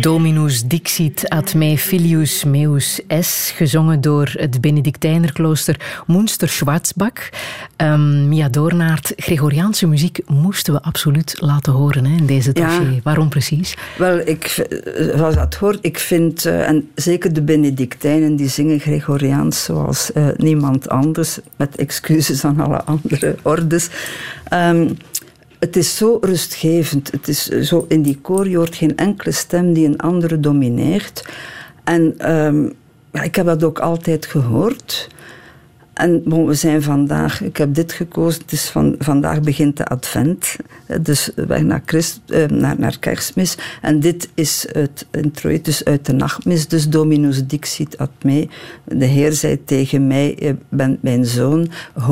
Dominus dixit ad me filius meus es, gezongen door het Benedictijnerklooster Moenster-Schwarzbach. Um, Mia Doornaert, Gregoriaanse muziek moesten we absoluut laten horen hè, in deze dossier. Ja. Waarom precies? Wel, ik, zoals dat hoort, ik vind, uh, en zeker de Benedictijnen, die zingen Gregoriaans zoals uh, niemand anders, met excuses aan alle andere ordes. Um, Het is zo rustgevend. Het is zo, in die koor, je hoort geen enkele stem die een andere domineert. En um, ja, ik heb dat ook altijd gehoord. En bon, we zijn vandaag, ik heb dit gekozen, het is van, vandaag begint de advent, dus weg naar, Christ, eh, naar, naar kerstmis. En dit is het introitus uit de nachtmis, dus Dominus dixit ad me. De Heer zei tegen mij, je bent mijn zoon,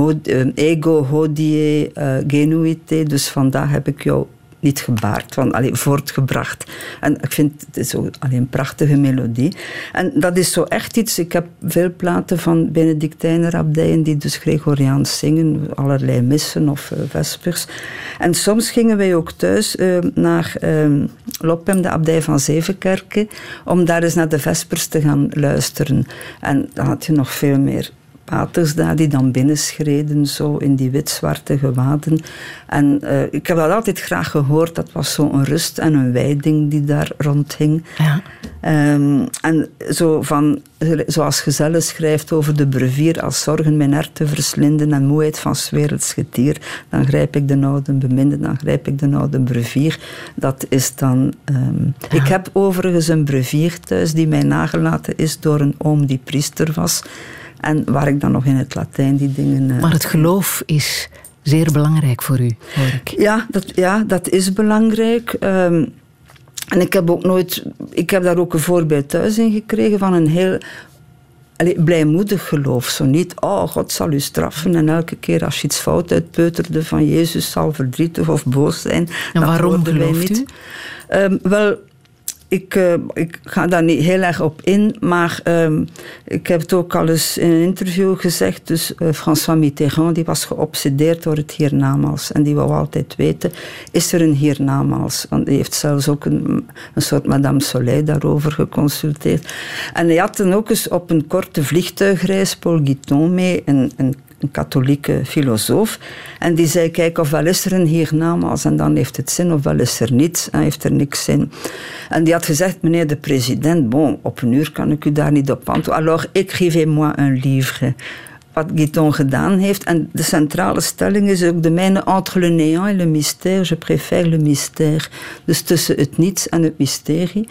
ego hodie uh, genuite, dus vandaag heb ik jou niet gebaard, van, allee, voortgebracht. En ik vind het is ook allee, een prachtige melodie. En dat is zo echt iets. Ik heb veel platen van Benedictijner abdijen die dus Gregoriaans zingen, allerlei missen of uh, vespers. En soms gingen wij ook thuis uh, naar uh, Lopem, de abdij van Zevenkerken, om daar eens naar de vespers te gaan luisteren. En dan had je nog veel meer paters daar die dan binnenschreden, zo in die wit-zwarte gewaden. En uh, ik heb dat altijd graag gehoord. Dat was zo'n rust en een wijding die daar rondhing. Ja. Um, en zo van, zoals Gezelle schrijft over de brevier, als zorgen mijn herten verslinden en moeheid van 's werelds getier, dan grijp ik de oude beminde, dan grijp ik de oude brevier. Dat is dan... Um, ja. Ik heb overigens een brevier thuis die mij nagelaten is door een oom die priester was. En waar ik dan nog in het Latijn die dingen... Uh, maar het geloof is zeer belangrijk voor u, hoor ik. Ja, dat, ja, dat is belangrijk. Um, en ik heb ook nooit... Ik heb daar ook een voorbeeld thuis in gekregen van een heel... Allee, blijmoedig geloof. Zo niet, oh, God zal u straffen en elke keer als je iets fout uitpeuterde van Jezus zal verdrietig of boos zijn. En waarom gelooft u? Um, wel... Ik, uh, ik ga daar niet heel erg op in, maar um, ik heb het ook al eens in een interview gezegd. Dus uh, François Mitterrand die was geobsedeerd door het hiernamaals. En die wou altijd weten, is er een hiernamaals? Want hij heeft zelfs ook een, een soort Madame Soleil daarover geconsulteerd. En hij had dan ook eens op een korte vliegtuigreis Paul Guiton mee, een, een een katholieke filosoof. En die zei, kijk, ofwel is er een hiernamaals en dan heeft het zin, ofwel is er niets en heeft er niks zin. En die had gezegd, meneer de president, bon, op een uur kan ik u daar niet op antwoorden. Alors, écrivez-moi un livre. Wat Guiton gedaan heeft. En de centrale stelling is ook de mijne, entre le néant et le mystère, je préfère le mystère. Dus tussen het niets en het mysterie.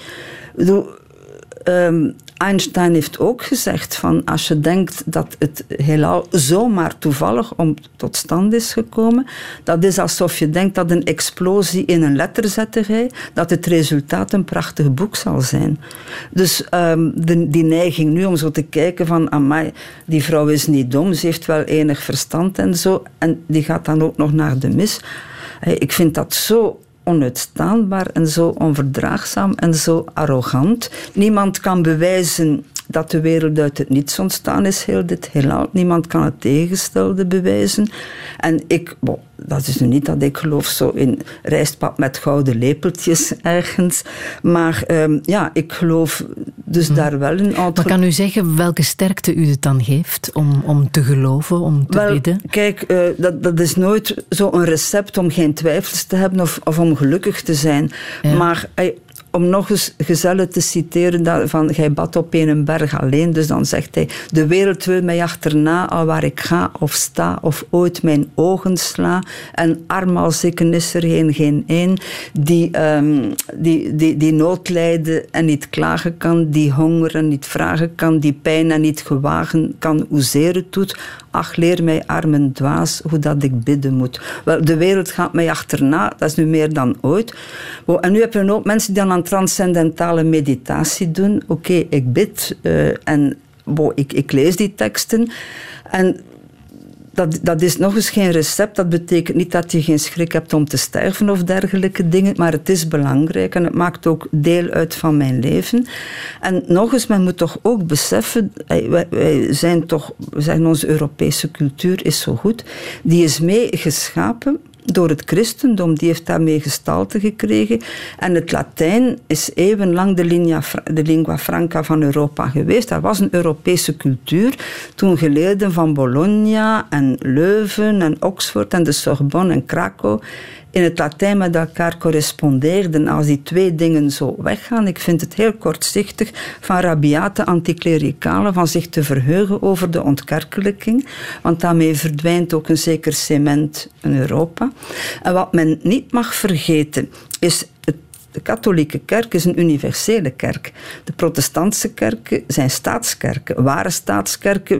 Um, Einstein heeft ook gezegd van als je denkt dat het heelal zomaar toevallig om tot stand is gekomen, dat is alsof je denkt dat een explosie in een letterzetterij, dat het resultaat een prachtig boek zal zijn. Dus um, de, die neiging nu om zo te kijken van amai, die vrouw is niet dom, ze heeft wel enig verstand en zo, en die gaat dan ook nog naar de mis. Hey, ik vind dat zo onuitstaanbaar en zo onverdraagzaam en zo arrogant. Niemand kan bewijzen dat de wereld uit het niets ontstaan is, heel dit heelal. Niemand kan het tegenstelde bewijzen. En ik, bon, dat is nu niet dat ik geloof zo in rijstpap met gouden lepeltjes ergens, maar um, ja, ik geloof dus hmm. daar wel in. Maar kan u zeggen welke sterkte u het dan geeft om, om te geloven, om te wel, bidden? Kijk, uh, dat, dat is nooit zo'n recept om geen twijfels te hebben of, of om gelukkig te zijn. Ja. Maar uh, om nog eens Gezelle te citeren, dat, van gij bad op een berg alleen, dus dan zegt hij, de wereld wil mij achterna, al waar ik ga of sta, of ooit mijn ogen sla, en arm als ik is er geen, geen een, die, um, die, die, die nood lijden en niet klagen kan, die honger en niet vragen kan, die pijn en niet gewagen kan, hoezeer het doet, ach, leer mij armen dwaas, hoe dat ik bidden moet. Wel, de wereld gaat mij achterna, dat is nu meer dan ooit. Wow, en nu heb je ook mensen die dan aan transcendentale meditatie doen. Oké, okay, ik bid uh, en wow, ik, ik lees die teksten. En dat, dat is nog eens geen recept. Dat betekent niet dat je geen schrik hebt om te sterven of dergelijke dingen, maar het is belangrijk en het maakt ook deel uit van mijn leven. En nog eens, men moet toch ook beseffen, wij, wij zijn toch, we zeggen onze Europese cultuur is zo goed, die is mee geschapen door het christendom. Die heeft daarmee gestalte gekregen. En het Latijn is eeuwenlang de, linea, de lingua franca van Europa geweest. Dat was een Europese cultuur. Toen geleerden van Bologna en Leuven en Oxford en de Sorbonne en Krakau in het Latijn met elkaar correspondeerden. Als die twee dingen zo weggaan, ik vind het heel kortzichtig van rabiate anticlericalen van zich te verheugen over de ontkerkelijking, want daarmee verdwijnt ook een zeker cement in Europa. En wat men niet mag vergeten is het De katholieke kerk is een universele kerk. De protestantse kerken zijn staatskerken, ware staatskerken.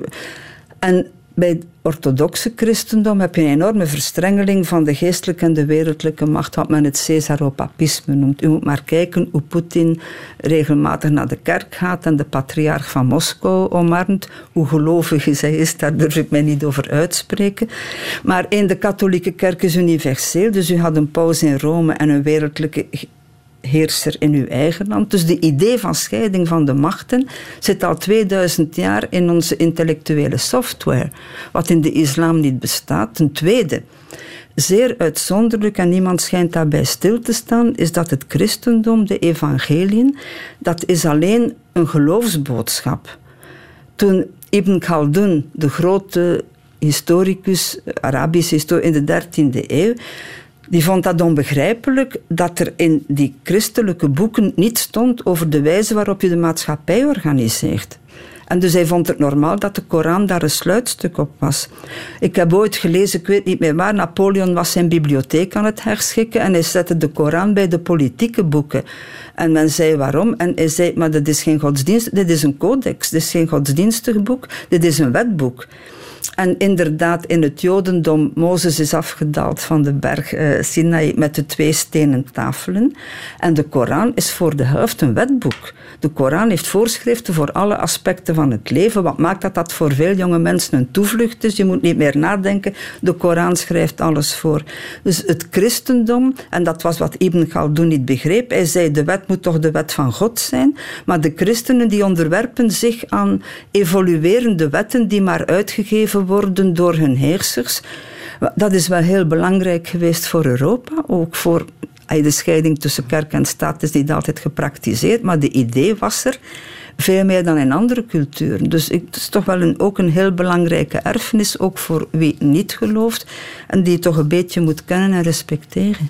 En bij het orthodoxe christendom heb je een enorme verstrengeling van de geestelijke en de wereldlijke macht, wat men het Caesaropapisme noemt. U moet maar kijken hoe Poetin regelmatig naar de kerk gaat en de patriarch van Moskou omarmt. Hoe gelovig zij is, daar durf ik mij niet over uitspreken. Maar in de katholieke kerk is universeel, dus u had een paus in Rome en een wereldlijke heerser in uw eigen land. Dus de idee van scheiding van de machten zit al tweeduizend jaar in onze intellectuele software, wat in de islam niet bestaat. Ten tweede, zeer uitzonderlijk, en niemand schijnt daarbij stil te staan, is dat het christendom, de evangeliën, dat is alleen een geloofsboodschap. Toen Ibn Khaldun, de grote historicus, Arabisch historicus in de dertiende eeuw, die vond dat onbegrijpelijk dat er in die christelijke boeken niet stond over de wijze waarop je de maatschappij organiseert. En dus hij vond het normaal dat de Koran daar een sluitstuk op was. Ik heb ooit gelezen, ik weet niet meer waar, Napoleon was zijn bibliotheek aan het herschikken en hij zette de Koran bij de politieke boeken. En men zei waarom? En hij zei, maar dit is geen godsdienst, dit is een codex, dit is geen godsdienstig boek, dit is een wetboek. En inderdaad, in het Jodendom, Mozes is afgedaald van de berg uh, Sinai met de twee stenen tafelen. En de Koran is voor de helft een wetboek. De Koran heeft voorschriften voor alle aspecten van het leven. Wat maakt dat dat voor veel jonge mensen een toevlucht is? Je moet niet meer nadenken. De Koran schrijft alles voor. Dus het christendom, en dat was wat Ibn Khaldun niet begreep. Hij zei, de wet moet toch de wet van God zijn? Maar de christenen die onderwerpen zich aan evoluerende wetten die maar uitgegeven worden door hun heersers. Dat is wel heel belangrijk geweest voor Europa, ook voor de scheiding tussen kerk en staat is niet altijd gepraktiseerd, maar de idee was er veel meer dan in andere culturen. Dus het is toch wel een, ook een heel belangrijke erfenis, ook voor wie niet gelooft en die toch een beetje moet kennen en respecteren.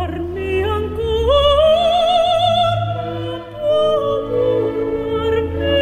Ancora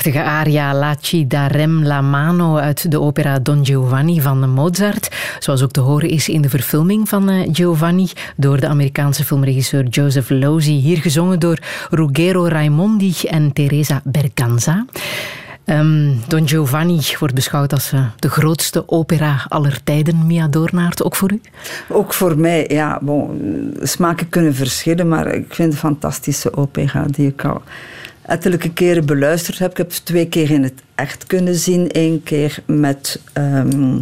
prachtige aria La ci darem la mano uit de opera Don Giovanni van Mozart. Zoals ook te horen is in de verfilming van Giovanni door de Amerikaanse filmregisseur Joseph Losey. Hier gezongen door Ruggero Raimondi en Teresa Berganza. Um, Don Giovanni wordt beschouwd als uh, de grootste opera aller tijden, Mia Doornaert. Ook voor u? Ook voor mij, ja. Bon, smaken kunnen verschillen, maar ik vind het een fantastische opera die ik al ettelijke keren beluisterd heb. Ik heb het twee keer in het echt kunnen zien. Eén keer met... Um,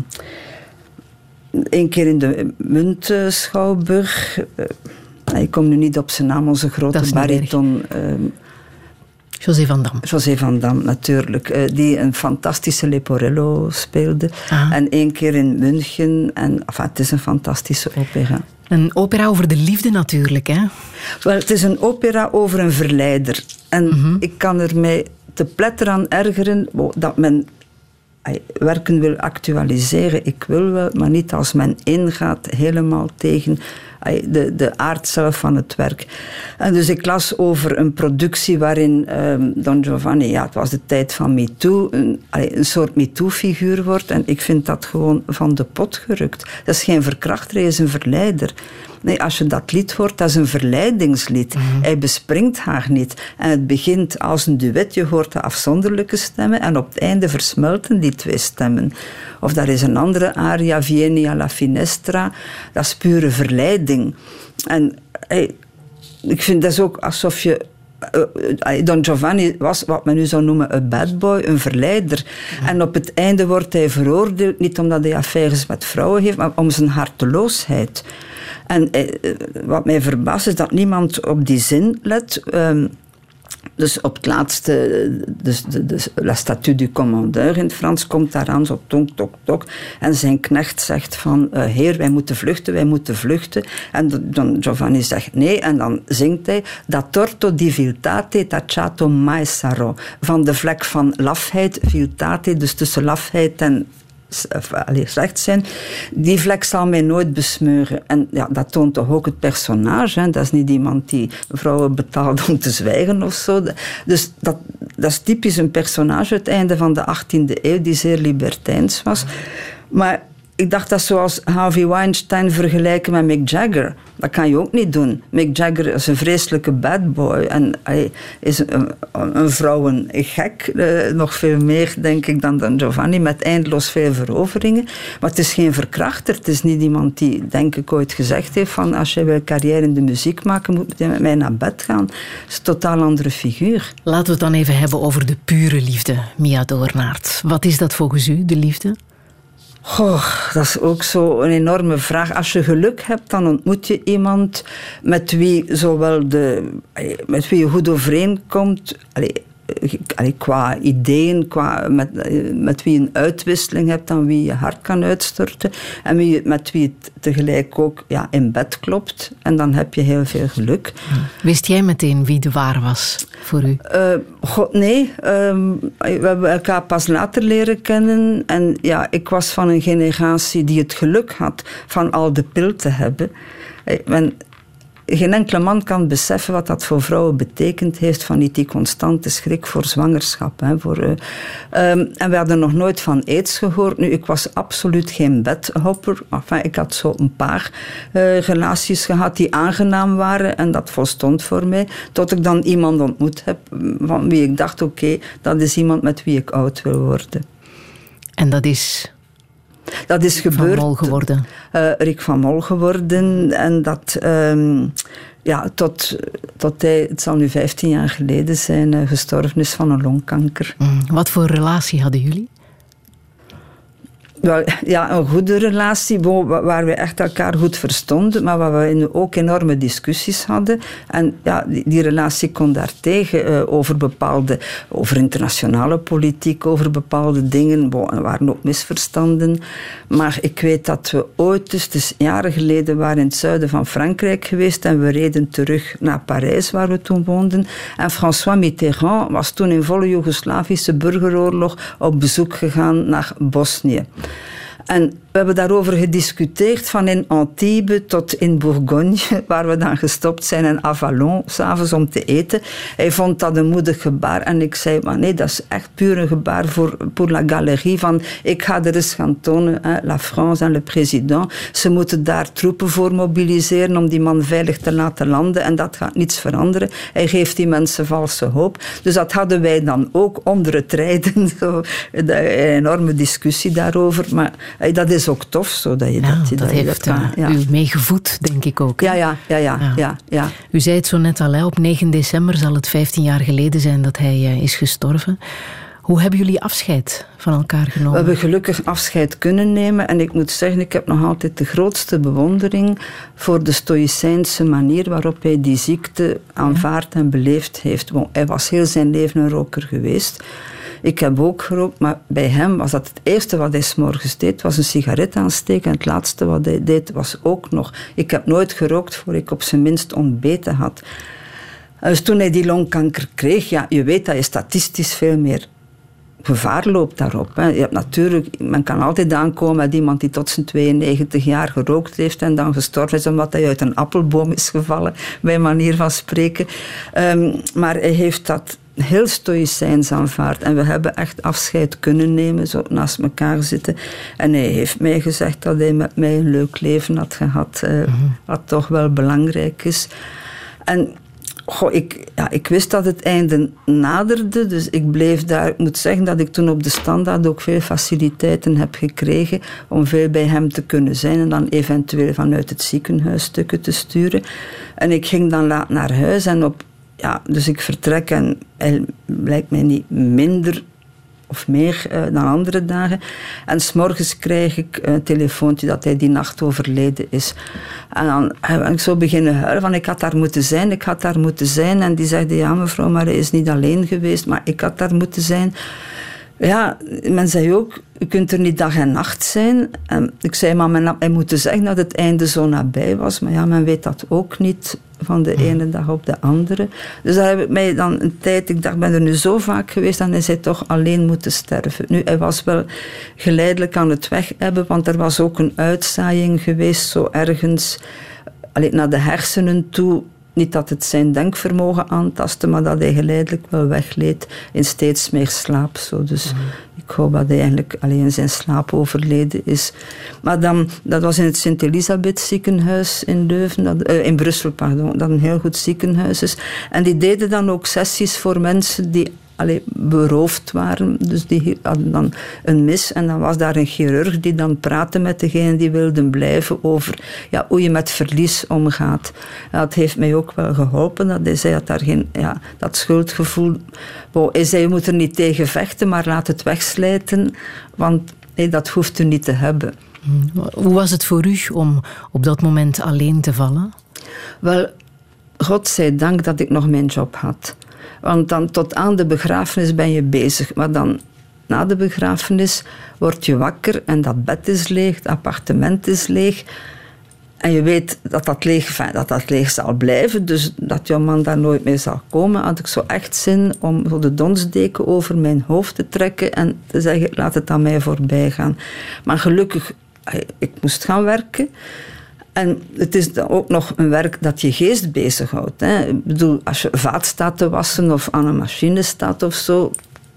Eén keer in de Muntschouwburg. Uh, ik kom nu niet op zijn naam, onze grote bariton... Um, José van Dam. José van Dam, natuurlijk. Uh, die een fantastische Leporello speelde. Ah. En één keer in München. En, enfin, het is een fantastische opera. Een opera over de liefde natuurlijk, hè? Wel, het is een opera over een verleider. En mm-hmm. ik kan er mij te pletter aan ergeren dat men werken wil actualiseren. Ik wil wel, maar niet als men ingaat helemaal tegen de, de aard zelf van het werk. En dus ik las over een productie waarin um, Don Giovanni, ja, het was de tijd van MeToo, een, een soort MeToo-figuur wordt. En ik vind dat gewoon van de pot gerukt. Dat is geen verkrachter, hij is een verleider. Nee, als je dat lied hoort, dat is een verleidingslied. Mm-hmm. Hij bespringt haar niet. En het begint als een duet, je hoort de afzonderlijke stemmen en op het einde versmelten die twee stemmen. Of daar is een andere aria, Vieni alla finestra, dat is pure verleiding. En hey, ik vind dat is ook alsof je... Uh, Don Giovanni was wat men nu zou noemen een bad boy, een verleider. Ja. En op het einde wordt hij veroordeeld, niet omdat hij affaires met vrouwen heeft, maar om zijn harteloosheid. En uh, wat mij verbaast is dat niemand op die zin let. Um, Dus op het laatste, dus de, de, La Statue du Commandeur in het Frans komt daaraan zo tok, tok, tok. En zijn knecht zegt van, uh, heer, wij moeten vluchten, wij moeten vluchten. En Don Giovanni zegt nee, en dan zingt hij da torto di viltate tacciato mai sarò. Van de vlek van lafheid, viltate, dus tussen lafheid en Allee, slecht zijn, die vlek zal mij nooit besmeuren. En ja, dat toont toch ook het personage. Hè? Dat is niet iemand die vrouwen betaalt om te zwijgen of zo. Dus dat, dat is typisch een personage uit het einde van de achttiende eeuw die zeer libertijns was. Maar ik dacht dat zoals Harvey Weinstein vergelijken met Mick Jagger. Dat kan je ook niet doen. Mick Jagger is een vreselijke bad boy. En hij is een, een vrouwengek. Uh, nog veel meer, denk ik, dan, dan Giovanni. Met eindeloos veel veroveringen. Maar het is geen verkrachter. Het is niet iemand die, denk ik, ooit gezegd heeft van als je wil carrière in de muziek maken, moet je met mij naar bed gaan. Het is een totaal andere figuur. Laten we het dan even hebben over de pure liefde, Mia Doornaert. Wat is dat volgens u, de liefde? Goh, dat is ook zo een enorme vraag. Als je geluk hebt, dan ontmoet je iemand met wie zowel de, met wie je goed overeenkomt. Allee, allee, qua ideeën, qua met, met wie je een uitwisseling hebt, aan wie je hart kan uitstorten. En wie, met wie het tegelijk ook ja, in bed klopt. En dan heb je heel veel geluk. Wist jij meteen wie de waar was voor u? Uh, God, nee. Um, we hebben elkaar pas later leren kennen. En ja, ik was van een generatie die het geluk had van al de pil te hebben. Ik ben, geen enkele man kan beseffen wat dat voor vrouwen betekend heeft van niet die constante schrik voor zwangerschap. Hè, voor, uh, um, en we hadden nog nooit van aids gehoord. Nu, ik was absoluut geen bedhopper. Enfin, ik had zo een paar uh, relaties gehad die aangenaam waren en dat volstond voor mij. Tot ik dan iemand ontmoet heb van wie ik dacht, oké, okay, dat is iemand met wie ik oud wil worden. En dat is... Dat is gebeurd. Van Mol geworden. Uh, Rick van Mol geworden. En dat, um, ja, tot, tot hij, het zal nu vijftien jaar geleden zijn, uh, gestorven is van een longkanker. Mm. Wat voor relatie hadden jullie? Wel, ja, een goede relatie, waar we echt elkaar goed verstonden, maar waar we ook enorme discussies hadden. En ja, die, die relatie kon daartegen uh, over bepaalde, over internationale politiek, over bepaalde dingen. Bon, er waren ook misverstanden. Maar ik weet dat we ooit, dus, dus jaren geleden, waren in het zuiden van Frankrijk geweest en we reden terug naar Parijs, waar we toen woonden. En François Mitterrand was toen in volle Joegoslavische burgeroorlog op bezoek gegaan naar Bosnië. En We hebben daarover gediscuteerd, van in Antibes tot in Bourgogne, waar we dan gestopt zijn in Avallon, s'avonds om te eten. Hij vond dat een moedig gebaar en ik zei, maar nee, dat is echt puur een gebaar voor, voor la galerie, van ik ga er eens gaan tonen, hè, la France en le président. Ze moeten daar troepen voor mobiliseren om die man veilig te laten landen en dat gaat niets veranderen. Hij geeft die mensen valse hoop. Dus dat hadden wij dan ook onder het rijden, zo, een enorme discussie daarover, maar hey, dat is ook tof, zo dat je ja, dat, dat, dat heeft je dat kan, ja. u meegevoed, denk ik ook. Ja, ja, ja, ja, ja. ja, ja. U zei het zo net al, hè, op negen december zal het vijftien jaar geleden zijn dat hij uh, is gestorven. Hoe hebben jullie afscheid van elkaar genomen? We hebben gelukkig afscheid kunnen nemen en ik moet zeggen, ik heb nog altijd de grootste bewondering voor de stoïcijnse manier waarop hij die ziekte aanvaard en beleefd heeft. Bon, hij was heel zijn leven een roker geweest. Ik heb ook gerookt, maar bij hem was dat het eerste wat hij 's morgens deed, was een sigaret aansteken. En het laatste wat hij deed was ook nog. Ik heb nooit gerookt voor ik op zijn minst ontbeten had. Dus toen hij die longkanker kreeg, ja, je weet dat je statistisch veel meer gevaar loopt daarop. Hè. Je hebt natuurlijk, men kan altijd aankomen met iemand die tot zijn tweeënnegentig jaar gerookt heeft en dan gestorven is omdat hij uit een appelboom is gevallen, bij manier van spreken. Um, maar hij heeft dat heel stoïcijns aanvaard. En we hebben echt afscheid kunnen nemen, zo naast elkaar zitten. En hij heeft mij gezegd dat hij met mij een leuk leven had gehad, uh, mm-hmm. wat toch wel belangrijk is. En goh, ik, ja, ik wist dat het einde naderde, dus ik bleef daar. Ik moet zeggen dat ik toen op de Standaard ook veel faciliteiten heb gekregen om veel bij hem te kunnen zijn en dan eventueel vanuit het ziekenhuis stukken te sturen. En ik ging dan laat naar huis en op Ja, dus ik vertrek en hij lijkt mij niet minder of meer uh, dan andere dagen. En 's morgens krijg ik een telefoontje dat hij die nacht overleden is. En dan heb ik zo beginnen huilen van ik had daar moeten zijn, ik had daar moeten zijn. En die zei, ja mevrouw, maar hij is niet alleen geweest, maar ik had daar moeten zijn. Ja, men zei ook, u kunt er niet dag en nacht zijn. En ik zei, maar men had moeten zeggen dat het einde zo nabij was. Maar ja, men weet dat ook niet van de ene dag op de andere. Dus daar heb ik mij dan een tijd, ik dacht, ik ben er nu zo vaak geweest en hij zei toch alleen moeten sterven. Nu, hij was wel geleidelijk aan het weg hebben, want er was ook een uitzaaiing geweest, zo ergens allee, naar de hersenen toe. Niet dat het zijn denkvermogen aantastte, maar dat hij geleidelijk wel wegleed in steeds meer slaap. Zo. Dus mm. ik hoop dat hij eigenlijk alleen in zijn slaap overleden is. Maar dan, dat was in het Sint-Elisabeth ziekenhuis in Leuven, dat, uh, in Brussel, pardon, dat een heel goed ziekenhuis is. En die deden dan ook sessies voor mensen die allee, beroofd waren. Dus die hadden dan een mis en dan was daar een chirurg die dan praatte met degenen die wilden blijven over ja, hoe je met verlies omgaat. Ja, dat heeft mij ook wel geholpen. Dat hij zei dat daar geen ja, dat schuldgevoel. Wow, hij zei je moet er niet tegen vechten, maar laat het wegslijten, want nee, dat hoeft u niet te hebben. Hoe was het voor u om op dat moment alleen te vallen? Wel, godzijdank dat ik nog mijn job had. Want dan tot aan de begrafenis ben je bezig. Maar dan, na de begrafenis, word je wakker en dat bed is leeg, het appartement is leeg. En je weet dat dat leeg, dat dat leeg zal blijven, dus dat jouw man daar nooit meer zal komen. Had ik zo echt zin om zo de donsdeken over mijn hoofd te trekken en te zeggen, laat het aan mij voorbij gaan. Maar gelukkig, ik moest gaan werken. En het is dan ook nog een werk dat je geest bezighoudt. Hè. Ik bedoel, als je vaat staat te wassen of aan een machine staat of zo,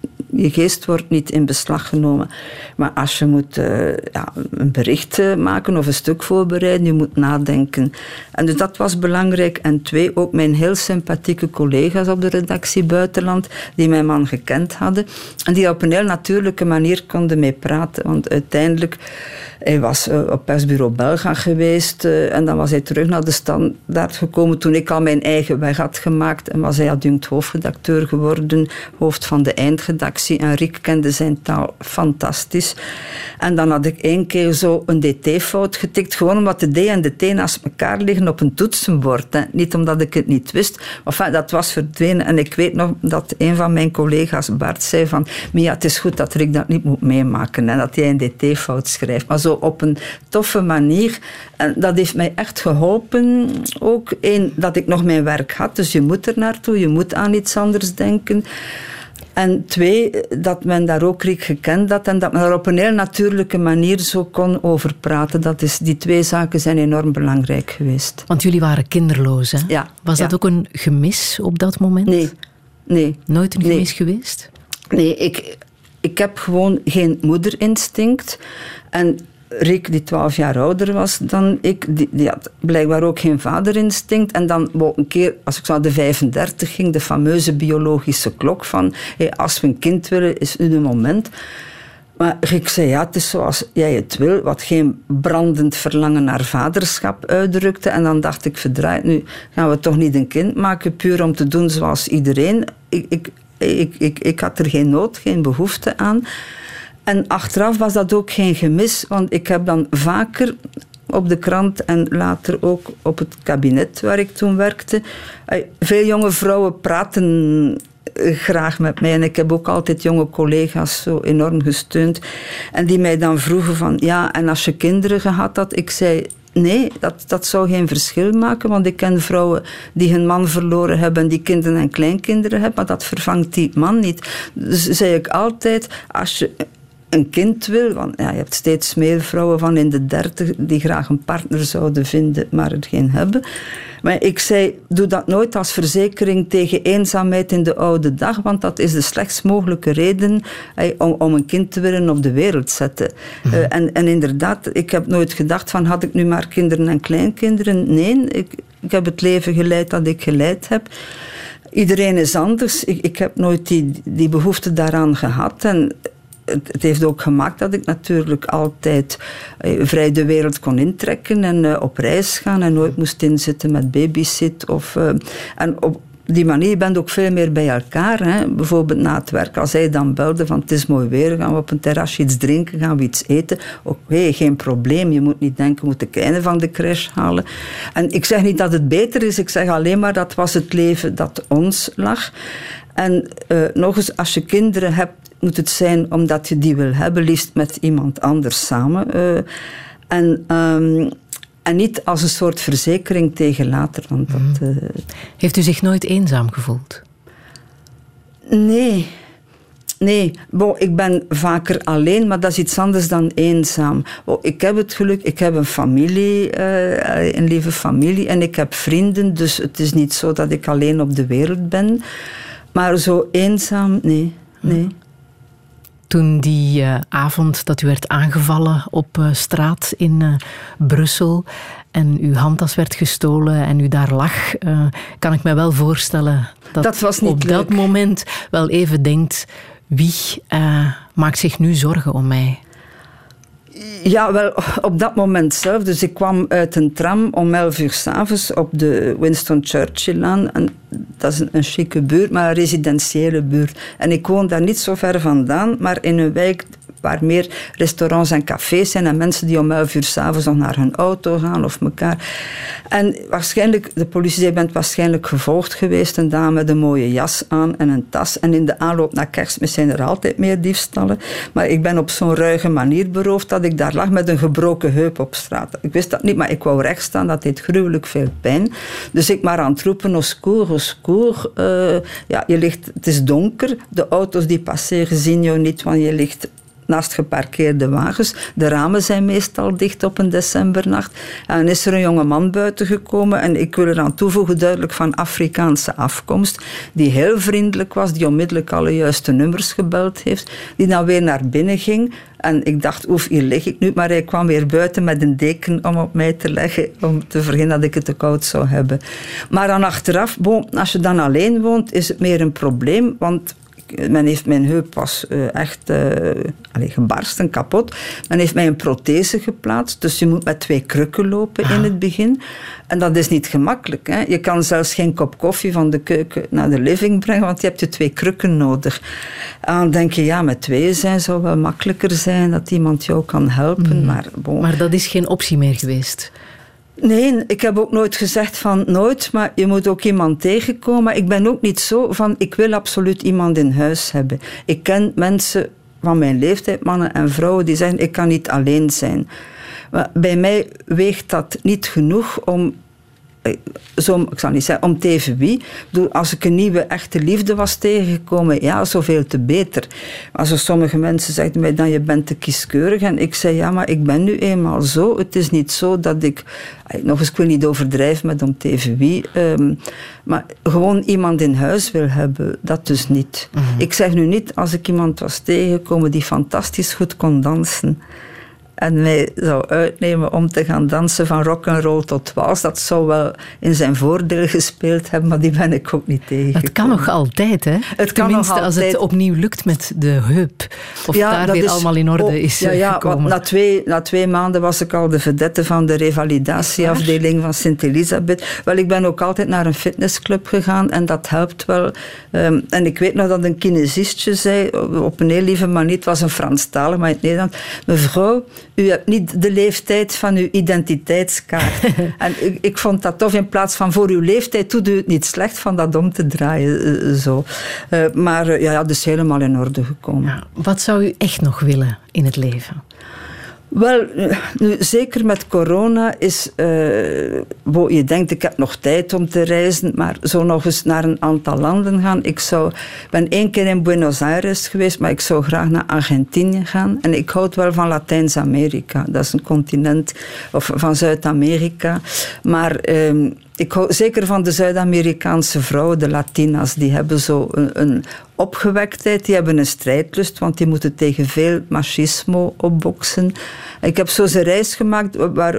je geest wordt niet in beslag genomen. Maar als je moet uh, ja, een bericht maken of een stuk voorbereiden, je moet nadenken. En dus dat was belangrijk. En twee, ook mijn heel sympathieke collega's op de redactie Buitenland, die mijn man gekend hadden. En die op een heel natuurlijke manier konden mee praten. Want uiteindelijk, hij was uh, op persbureau Belga geweest uh, en dan was hij terug naar de Standaard gekomen toen ik al mijn eigen weg had gemaakt en was hij adjunct hoofdredacteur geworden, hoofd van de eindredactie. En Rick kende zijn taal fantastisch. En dan had ik één keer zo een D T-fout getikt, gewoon omdat de D en de T naast elkaar liggen op een toetsenbord. Hè. Niet omdat ik het niet wist. Enfin, dat was verdwenen. En ik weet nog dat een van mijn collega's, Bart, zei van Mia, het is goed dat Rick dat niet moet meemaken en dat hij een D T-fout schrijft. Maar zo op een toffe manier. En dat heeft mij echt geholpen. Ook één, dat ik nog mijn werk had. Dus je moet er naartoe, je moet aan iets anders denken. En twee, dat men daar ook Riek gekend had en dat men daar op een heel natuurlijke manier zo kon over praten. Dat is, die twee zaken zijn enorm belangrijk geweest. Want jullie waren kinderloos, hè? Ja. Was dat ja. ook een gemis op dat moment? Nee. nee. Nooit een gemis nee. geweest? Nee, ik, ik heb gewoon geen moederinstinct. En Riek, die twaalf jaar ouder was dan ik, die, die had blijkbaar ook geen vaderinstinct. En dan wel een keer, als ik zo aan de vijfendertig ging, de fameuze biologische klok van hey, als we een kind willen, is nu het moment. Maar Riek zei, ja, het is zoals jij het wil, wat geen brandend verlangen naar vaderschap uitdrukte. En dan dacht ik, verdraaid, nu gaan we toch niet een kind maken, puur om te doen zoals iedereen. Ik, ik, ik, ik, ik had er geen nood, geen behoefte aan. En achteraf was dat ook geen gemis, want ik heb dan vaker op de krant en later ook op het kabinet waar ik toen werkte. Veel jonge vrouwen praten graag met mij en ik heb ook altijd jonge collega's zo enorm gesteund. En die mij dan vroegen van, ja, en als je kinderen gehad had? Ik zei, nee, dat, dat zou geen verschil maken, want ik ken vrouwen die hun man verloren hebben en die kinderen en kleinkinderen hebben, maar dat vervangt die man niet. Dus zei ik altijd, als je een kind wil, want ja, je hebt steeds meer vrouwen van in de dertig die graag een partner zouden vinden, maar er geen hebben. Maar ik zei, doe dat nooit als verzekering tegen eenzaamheid in de oude dag, want dat is de slechtst mogelijke reden hey, om, om een kind te willen op de wereld zetten. Mm. Uh, en, en inderdaad, ik heb nooit gedacht van, had ik nu maar kinderen en kleinkinderen? Nee, ik, ik heb het leven geleid dat ik geleid heb. Iedereen is anders. Ik, ik heb nooit die, die behoefte daaraan gehad. En het heeft ook gemaakt dat ik natuurlijk altijd eh, vrij de wereld kon intrekken en uh, op reis gaan en nooit moest inzitten met babysit. Of, uh, en op die manier ben je ook veel meer bij elkaar. Hè. Bijvoorbeeld na het werk, als hij dan belde van het is mooi weer, gaan we op een terrasje iets drinken, gaan we iets eten. Oké, okay, geen probleem. Je moet niet denken, we moeten de kleine van de crash halen. En ik zeg niet dat het beter is, ik zeg alleen maar dat was het leven dat ons lag. En uh, nog eens, als je kinderen hebt, moet het zijn omdat je die wil hebben, liefst met iemand anders samen. Uh, en, um, en niet als een soort verzekering tegen later. Want dat, uh... Heeft u zich nooit eenzaam gevoeld? Nee. Nee, bon, ik ben vaker alleen, maar dat is iets anders dan eenzaam. Bon, ik heb het geluk, ik heb een familie, uh, een lieve familie, en ik heb vrienden, dus het is niet zo dat ik alleen op de wereld ben. Maar zo eenzaam, nee, nee. Toen die uh, avond dat u werd aangevallen op uh, straat in uh, Brussel en uw handtas werd gestolen en u daar lag, uh, kan ik me wel voorstellen dat, dat was niet op leuk. Dat moment wel even denkt, wie uh, maakt zich nu zorgen om mij? Ja, wel, op dat moment zelf. Dus ik kwam uit een tram om elf uur 's avonds op de Winston Churchill-laan. En dat is een, een chique buurt, maar een residentiële buurt. En ik woon daar niet zo ver vandaan, maar in een wijk waar meer restaurants en cafés zijn en mensen die om elf uur 's avonds nog naar hun auto gaan of elkaar. En waarschijnlijk, de politie zei, je bent waarschijnlijk gevolgd geweest, een dame met een mooie jas aan en een tas. En in de aanloop naar Kerstmis zijn er altijd meer diefstallen. Maar ik ben op zo'n ruige manier beroofd dat ik daar lag met een gebroken heup op straat. Ik wist dat niet, maar ik wou recht staan, dat deed gruwelijk veel pijn. Dus ik maar aan het roepen, au secours, au secours. Uh, ja, je ligt, het is donker, de auto's die passeren zien jou niet, want je ligt naast geparkeerde wagens. De ramen zijn meestal dicht op een decembernacht. En is er een jonge man buiten gekomen, en ik wil eraan toevoegen, duidelijk van Afrikaanse afkomst, die heel vriendelijk was, die onmiddellijk alle juiste nummers gebeld heeft, die dan weer naar binnen ging. En ik dacht, oef, hier lig ik nu. Maar hij kwam weer buiten met een deken om op mij te leggen, om te verhinderen dat ik het te koud zou hebben. Maar dan achteraf, bon, als je dan alleen woont, is het meer een probleem, want men heeft mijn heup was uh, echt uh, allez, gebarsten, kapot. Men heeft mij een prothese geplaatst, dus je moet met twee krukken lopen ah. in het begin. En dat is niet gemakkelijk. Hè. Je kan zelfs geen kop koffie van de keuken naar de living brengen, want je hebt je twee krukken nodig. En dan denk je, ja, met tweeën zijn zou wel makkelijker zijn, dat iemand jou kan helpen. Mm. Maar, bon. maar dat is geen optie meer geweest? Nee, ik heb ook nooit gezegd van nooit, maar je moet ook iemand tegenkomen. Maar ik ben ook niet zo van, ik wil absoluut iemand in huis hebben. Ik ken mensen van mijn leeftijd, mannen en vrouwen, die zeggen, ik kan niet alleen zijn. Maar bij mij weegt dat niet genoeg om zo, ik zal niet zeggen, om teven wie. Als ik een nieuwe echte liefde was tegengekomen, ja, zoveel te beter. Als er sommige mensen zeggen mij dan, je bent te kieskeurig. En ik zei, ja, maar ik ben nu eenmaal zo. Het is niet zo dat ik, nog eens, ik wil niet overdrijven met om teven wie, um, maar gewoon iemand in huis wil hebben, dat dus niet. Mm-hmm. Ik zeg nu niet, als ik iemand was tegengekomen die fantastisch goed kon dansen, en mij zou uitnemen om te gaan dansen van rock'n'roll tot wals. Dat zou wel in zijn voordeel gespeeld hebben, maar die ben ik ook niet tegen. Het kan nog altijd, hè? Het kan nog altijd. Als het opnieuw lukt met de heup. Of ja, daar weer is, allemaal in orde oh, is ja, ja, gekomen. Na twee, na twee maanden was ik al de vedette van de revalidatieafdeling van Sint-Elisabeth. Wel, ik ben ook altijd naar een fitnessclub gegaan en dat helpt wel. Um, en ik weet nog dat een kinesistje zei, op een heel lieve manier, het was een Franstalig, maar in het Nederlands, mevrouw, u hebt niet de leeftijd van uw identiteitskaart. En ik, ik vond dat tof. In plaats van voor uw leeftijd doet u het niet slecht van dat om te draaien. Uh, zo. Uh, maar uh, ja, dus helemaal in orde gekomen. Ja, wat zou u echt nog willen in het leven? Wel, nu, zeker met corona is... Uh, bo, je denkt, ik heb nog tijd om te reizen, maar zo nog eens naar een aantal landen gaan. Ik zou, ben één keer in Buenos Aires geweest, maar ik zou graag naar Argentinië gaan. En ik houd wel van Latijns-Amerika. Dat is een continent, of van Zuid-Amerika. Maar... Um, Ik hou zeker van de Zuid-Amerikaanse vrouwen, de Latina's. Die hebben zo een, een opgewektheid, die hebben een strijdlust, want die moeten tegen veel machismo opboksen. Ik heb zo eens een reis gemaakt waar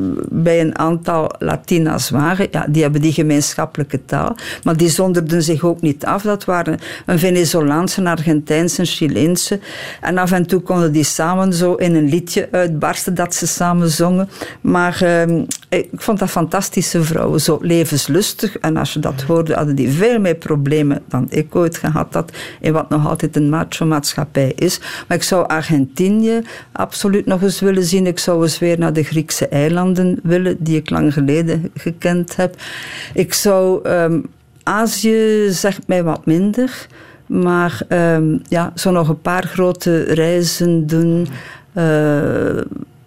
bij een aantal Latina's waren. Ja, die hebben die gemeenschappelijke taal, maar die zonderden zich ook niet af. Dat waren een Venezolaanse, een Argentijnse, een Chileense. En af en toe konden die samen zo in een liedje uitbarsten dat ze samen zongen. Maar eh, ik vond dat fantastische vrouwen. Zo levenslustig. En als je dat hoorde, hadden die veel meer problemen dan ik ooit gehad had. In wat nog altijd een macho-maatschappij is. Maar ik zou Argentinië absoluut nog eens willen zien. Ik zou eens weer naar de Griekse eilanden willen, die ik lang geleden gekend heb. Ik zou... Um, Azië zegt mij wat minder. Maar um, ja, zo nog een paar grote reizen doen... Uh,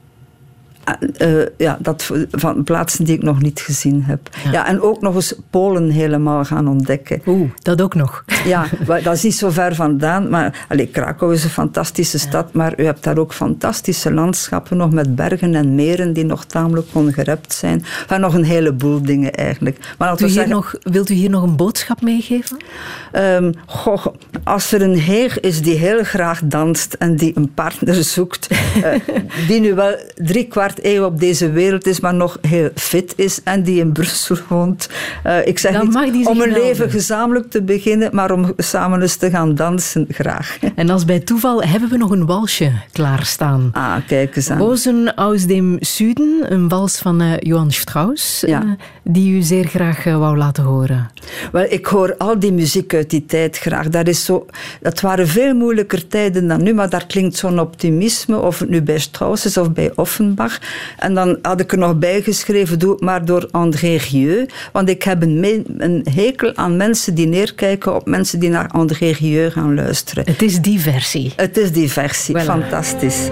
Uh, ja, dat van plaatsen die ik nog niet gezien heb. Ja. Ja, en ook nog eens Polen helemaal gaan ontdekken. Oeh, dat ook nog. Ja, dat is niet zo ver vandaan. Maar allee, Krakau is een fantastische stad, ja. Maar u hebt daar ook fantastische landschappen nog met bergen en meren die nog tamelijk ongerept zijn. Van nog een heleboel dingen eigenlijk. Maar wilt, u hier zeggen, nog, wilt u hier nog een boodschap meegeven? Um, goh, als er een heer is die heel graag danst en die een partner zoekt, uh, die nu wel drie kwart eeuw op deze wereld is, maar nog heel fit is en die in Brussel woont. Uh, ik zeg dan niet om een melden. leven gezamenlijk te beginnen, maar om samen eens te gaan dansen, graag. En als bij toeval hebben we nog een walsje klaarstaan. Ah, kijk eens aan. Rosen aus dem Süden, een wals van uh, Johann Strauss, ja. uh, die u zeer graag uh, wou laten horen. Wel, ik hoor al die muziek uit die tijd graag. Dat, is zo, dat waren veel moeilijker tijden dan nu, maar daar klinkt zo'n optimisme, of het nu bij Strauss is of bij Offenbach. En dan had ik er nog bij geschreven, doe het maar door André Rieu. Want ik heb een, me- een hekel aan mensen die neerkijken op mensen die naar André Rieu gaan luisteren. Het is die versie. Het is die versie, voilà. Fantastisch.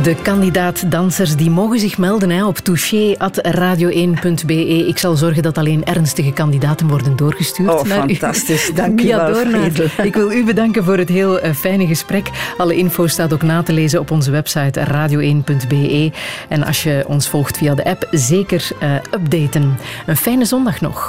De kandidaat-dansers die mogen zich melden hè, op touché at radio één punt b e. Ik zal zorgen dat alleen ernstige kandidaten worden doorgestuurd. Oh, naar fantastisch. U. Dank je wel, Friedel. Ik wil u bedanken voor het heel uh, fijne gesprek. Alle info staat ook na te lezen op onze website radio één punt b e. En als je ons volgt via de app, zeker uh, updaten. Een fijne zondag nog.